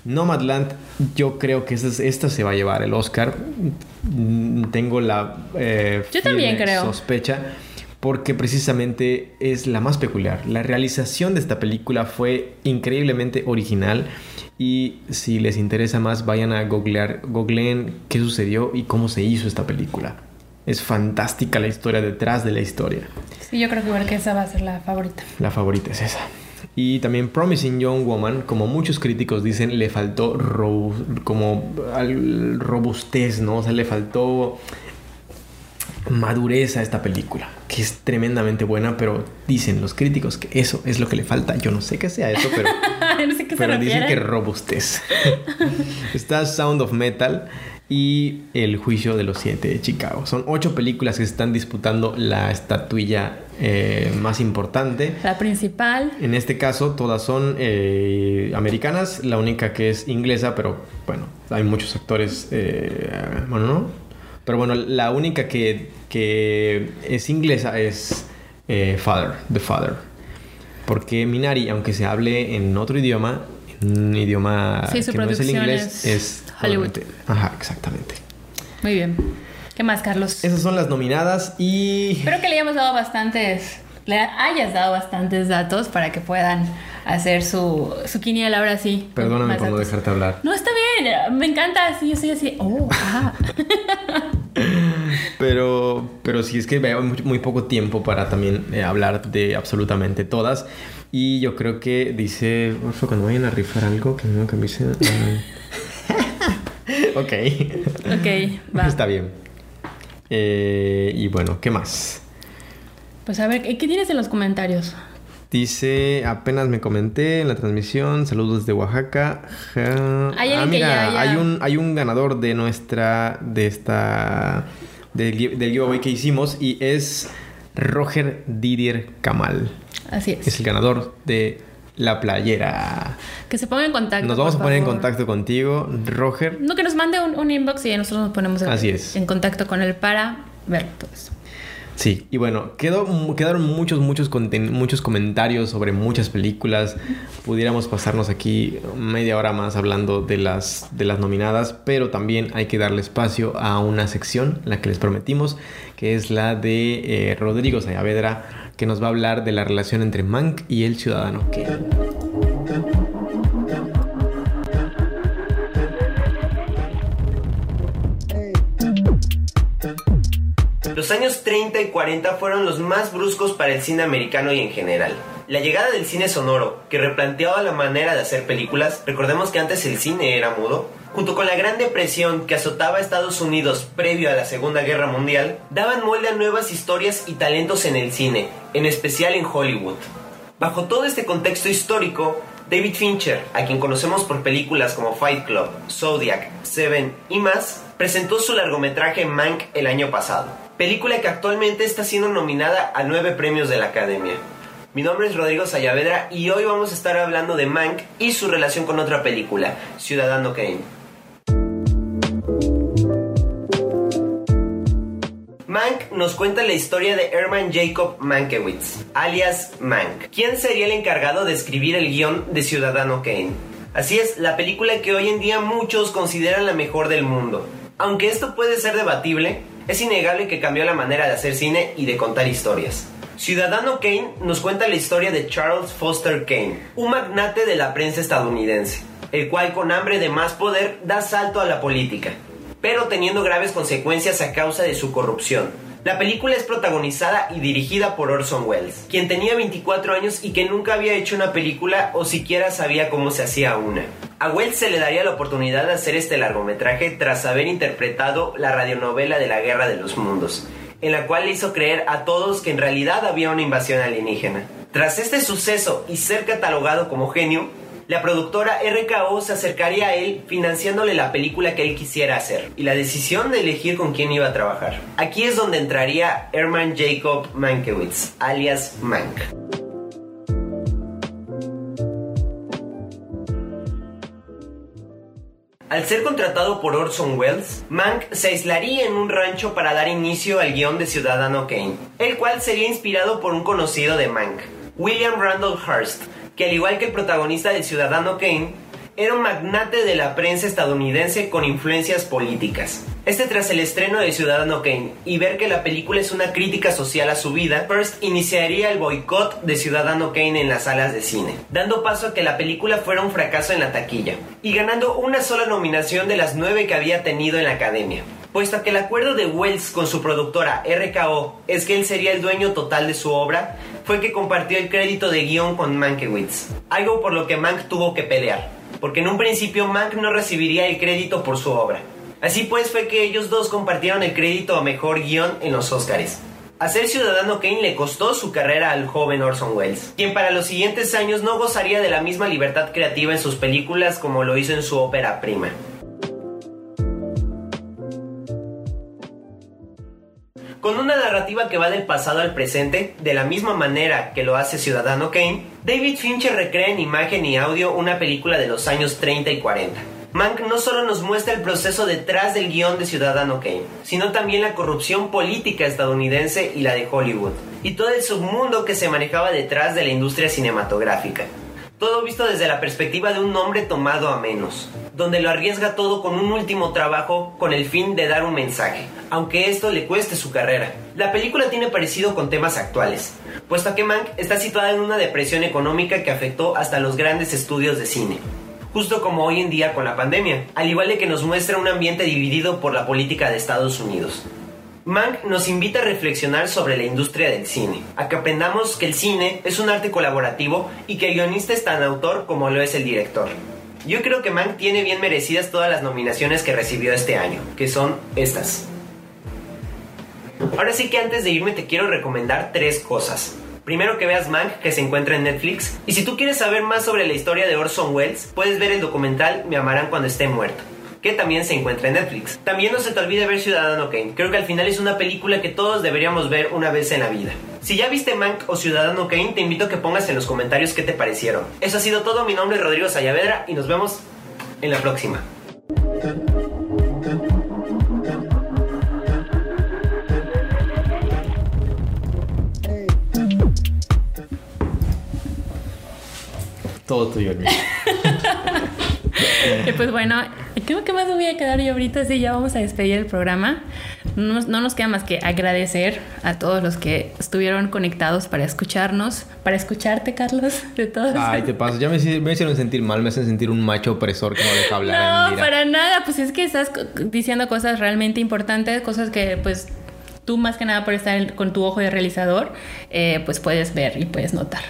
Nomadland, yo creo que esta, esta se va a llevar el Oscar. Tengo la eh, yo también creo. sospecha, porque precisamente es la más peculiar. La realización de esta película fue increíblemente original. Y si les interesa más, vayan a googlear, googleen qué sucedió y cómo se hizo esta película. Es fantástica la historia detrás de la historia. Sí, yo creo que igual que esa va a ser la favorita. La favorita es esa. Y también Promising Young Woman, como muchos críticos dicen, le faltó ro- como al- robustez, ¿no? O sea, le faltó madurez a esta película, que es tremendamente buena, pero dicen los críticos que eso es lo que le falta. Yo no sé qué sea eso, pero, no sé qué pero se dicen refiere. que robustez. Está Sound of Metal y El Juicio de los Siete de Chicago. Son ocho películas que están disputando la estatuilla eh, más importante. La principal. En este caso, todas son eh, americanas. La única que es inglesa, pero bueno, hay muchos actores. Eh, bueno, no. Pero bueno, la única que, que es inglesa es eh, Father, The Father. Porque Minari, aunque se hable en otro idioma, en un idioma sí, su que no es el producción inglés, es es Hollywood. obviamente- Ajá, exactamente. Muy bien. ¿Qué más, Carlos? Esas son las nominadas y... Espero que le hayamos dado bastantes, le hayas dado bastantes datos para que puedan hacer su, su quiniela ahora sí. con Perdóname más por no datos. dejarte hablar. No, está bien, me encanta así, yo soy así, oh, ah. Pero, pero sí, es que veo muy, muy poco tiempo para también eh, hablar de absolutamente todas. Y yo creo que dice, por favor, cuando vayan a rifar algo, que no cambiase. Ok. Ok, va. Está bien. Eh, y bueno, ¿qué más? Pues a ver, ¿qué tienes en los comentarios? Dice, apenas me comenté en la transmisión, saludos desde Oaxaca. Ja- Hay alguien ah, que mira, ya- ya- hay un hay un ganador de nuestra de esta del, gi- del giveaway que hicimos y es Roger Didier Kamal. Así es. Es el ganador de la playera. Que se ponga en contacto. Nos vamos a por poner en favor. contacto contigo, Roger. No, que nos mande un, un inbox y nosotros nos ponemos en, Así es. en contacto con él para ver todo eso. Sí, y bueno, quedó, quedaron muchos, muchos, conten- muchos comentarios sobre muchas películas. Pudiéramos pasarnos aquí media hora más hablando de las, de las nominadas, pero también hay que darle espacio a una sección, la que les prometimos, que es la de eh, Rodrigo Saavedra, que nos va a hablar de la relación entre Mank y el ciudadano Kane. Los años treinta y cuarenta fueron los más bruscos para el cine americano y en general. La llegada del cine sonoro, que replanteaba la manera de hacer películas, recordemos que antes el cine era mudo, junto con la Gran Depresión que azotaba a Estados Unidos previo a la Segunda Guerra Mundial, daban molde a nuevas historias y talentos en el cine, en especial en Hollywood. Bajo todo este contexto histórico, David Fincher, a quien conocemos por películas como Fight Club, Zodiac, Seven y más, presentó su largometraje Mank el año pasado, película que actualmente está siendo nominada a nueve premios de la Academia. Mi nombre es Rodrigo Saavedra y hoy vamos a estar hablando de Mank y su relación con otra película, Ciudadano Kane. Mank nos cuenta la historia de Herman Jacob Mankiewicz, alias Mank, quien sería el encargado de escribir el guión de Ciudadano Kane. Así es, la película que hoy en día muchos consideran la mejor del mundo. Aunque esto puede ser debatible, es innegable que cambió la manera de hacer cine y de contar historias. Ciudadano Kane nos cuenta la historia de Charles Foster Kane, un magnate de la prensa estadounidense, el cual con hambre de más poder da salto a la política, pero teniendo graves consecuencias a causa de su corrupción. La película es protagonizada y dirigida por Orson Welles, quien tenía veinticuatro años y que nunca había hecho una película o siquiera sabía cómo se hacía una. A Welles se le daría la oportunidad de hacer este largometraje tras haber interpretado la radionovela de la Guerra de los Mundos, en la cual le hizo creer a todos que en realidad había una invasión alienígena. Tras este suceso y ser catalogado como genio, la productora R K O se acercaría a él financiándole la película que él quisiera hacer y la decisión de elegir con quién iba a trabajar. Aquí es donde entraría Herman Jacob Mankiewicz, alias Mank. Al ser contratado por Orson Welles, Mank se aislaría en un rancho para dar inicio al guión de Ciudadano Kane, el cual sería inspirado por un conocido de Mank, William Randolph Hearst, que al igual que el protagonista de Ciudadano Kane, era un magnate de la prensa estadounidense con influencias políticas. Este tras el estreno de Ciudadano Kane y ver que la película es una crítica social a su vida, Hearst iniciaría el boicot de Ciudadano Kane en las salas de cine, dando paso a que la película fuera un fracaso en la taquilla, y ganando una sola nominación de las nueve que había tenido en la Academia. Puesto a que el acuerdo de Welles con su productora R K O es que él sería el dueño total de su obra, fue que compartió el crédito de guión con Mankiewicz, algo por lo que Mank tuvo que pelear, porque en un principio Mank no recibiría el crédito por su obra. Así pues fue que ellos dos compartieron el crédito a mejor guión en los Oscars. Hacer Ciudadano Kane le costó su carrera al joven Orson Welles, quien para los siguientes años no gozaría de la misma libertad creativa en sus películas como lo hizo en su ópera prima. Con una narrativa que va del pasado al presente, de la misma manera que lo hace Ciudadano Kane, David Fincher recrea en imagen y audio una película de los años treinta y cuarenta. Mank no solo nos muestra el proceso detrás del guión de Ciudadano Kane, sino también la corrupción política estadounidense y la de Hollywood, y todo el submundo que se manejaba detrás de la industria cinematográfica. Todo visto desde la perspectiva de un hombre tomado a menos, donde lo arriesga todo con un último trabajo con el fin de dar un mensaje, aunque esto le cueste su carrera. La película tiene parecido con temas actuales, puesto a que Mank está situada en una depresión económica que afectó hasta los grandes estudios de cine, justo como hoy en día con la pandemia, al igual de que nos muestra un ambiente dividido por la política de Estados Unidos. Mank nos invita a reflexionar sobre la industria del cine, a que aprendamos que el cine es un arte colaborativo y que el guionista es tan autor como lo es el director. Yo creo que Mank tiene bien merecidas todas las nominaciones que recibió este año, que son estas. Ahora sí que antes de irme te quiero recomendar tres cosas. Primero, que veas Mank, que se encuentra en Netflix, y si tú quieres saber más sobre la historia de Orson Welles, puedes ver el documental Me amarán cuando esté muerto, que también se encuentra en Netflix. También no se te olvide ver Ciudadano Kane. Creo que al final es una película que todos deberíamos ver una vez en la vida. Si ya viste Mank o Ciudadano Kane, te invito a que pongas en los comentarios qué te parecieron. Eso ha sido todo. Mi nombre es Rodrigo Sayavedra y nos vemos en la próxima. Todo tuyo, Luis. Y pues bueno, creo que más me voy a quedar yo ahorita. Sí, ya vamos a despedir el programa. No, no nos queda más que agradecer a todos los que estuvieron conectados para escucharnos, para escucharte, Carlos, de todos. Ay, te paso. Ya me, me hicieron sentir mal, me hacen sentir un macho opresor que no deja hablar a No, para nada. Pues es que estás diciendo cosas realmente importantes, cosas que pues tú más que nada por estar con tu ojo de realizador, eh, pues puedes ver y puedes notar.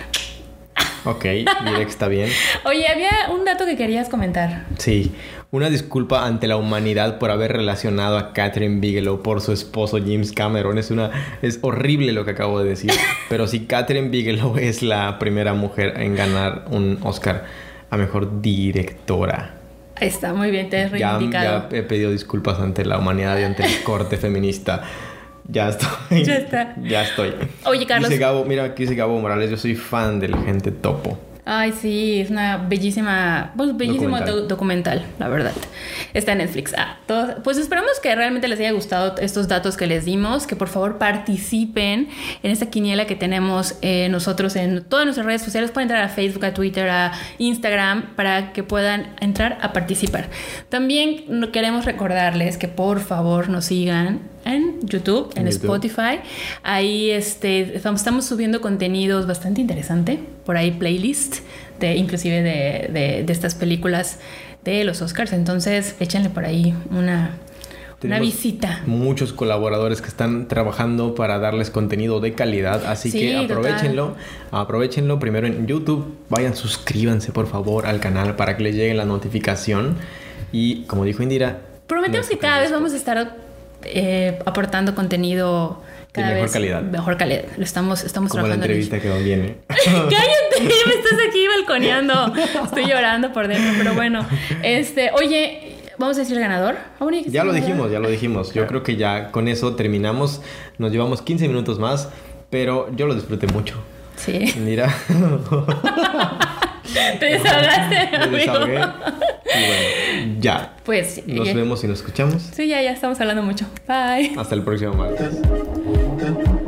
Ok, mira que está bien. Oye, había un dato que querías comentar. Sí, una disculpa ante la humanidad por haber relacionado a Catherine Bigelow por su esposo James Cameron. Es una es horrible lo que acabo de decir. Pero sí, Catherine Bigelow es la primera mujer en ganar un Oscar a mejor directora. Ahí está, muy bien, te has reivindicado. Ya, ya he pedido disculpas ante la humanidad y ante el corte feminista. Ya estoy. Ya está. Ya estoy. Oye, Carlos. Dice Gabo, mira, aquí dice Gabo Morales, yo soy fan del Gente Topo. Ay, sí, es una bellísima, pues bellísimo documental, do- documental la verdad. Está en Netflix. Ah, todos, pues esperamos que realmente les haya gustado estos datos que les dimos, que por favor participen en esta quiniela que tenemos eh, nosotros en todas nuestras redes sociales. Pueden entrar a Facebook, a Twitter, a Instagram, para que puedan entrar a participar. También queremos recordarles que por favor nos sigan en YouTube, en, en YouTube. Spotify. Ahí este, estamos subiendo contenidos bastante interesante. Por ahí playlist de inclusive de, de, de estas películas de los Oscars. Entonces échenle por ahí una, una visita. Muchos colaboradores que están trabajando para darles contenido de calidad. Así sí, que aprovechenlo. Total. Aprovechenlo primero en YouTube. Vayan, suscríbanse por favor al canal para que les llegue la notificación. Y como dijo Indira, prometemos que cada vez vamos a estar eh, aportando contenido cada de mejor vez calidad. Mejor calidad. Lo estamos, estamos como trabajando. Como la entrevista que viene. Cállate, me estás aquí balconeando. Estoy llorando por dentro, pero bueno. Este, oye, ¿vamos a decir el ganador? Ya lo dijimos, ya lo dijimos. Yo creo que ya con eso terminamos. Nos llevamos quince minutos más, pero yo lo disfruté mucho. Sí. Mira. Te desahogaste, Me amigo. desahogué. Y bueno, ya. Pues nos ya. vemos y nos escuchamos. Sí, ya, ya estamos hablando mucho. Bye. Hasta el próximo martes.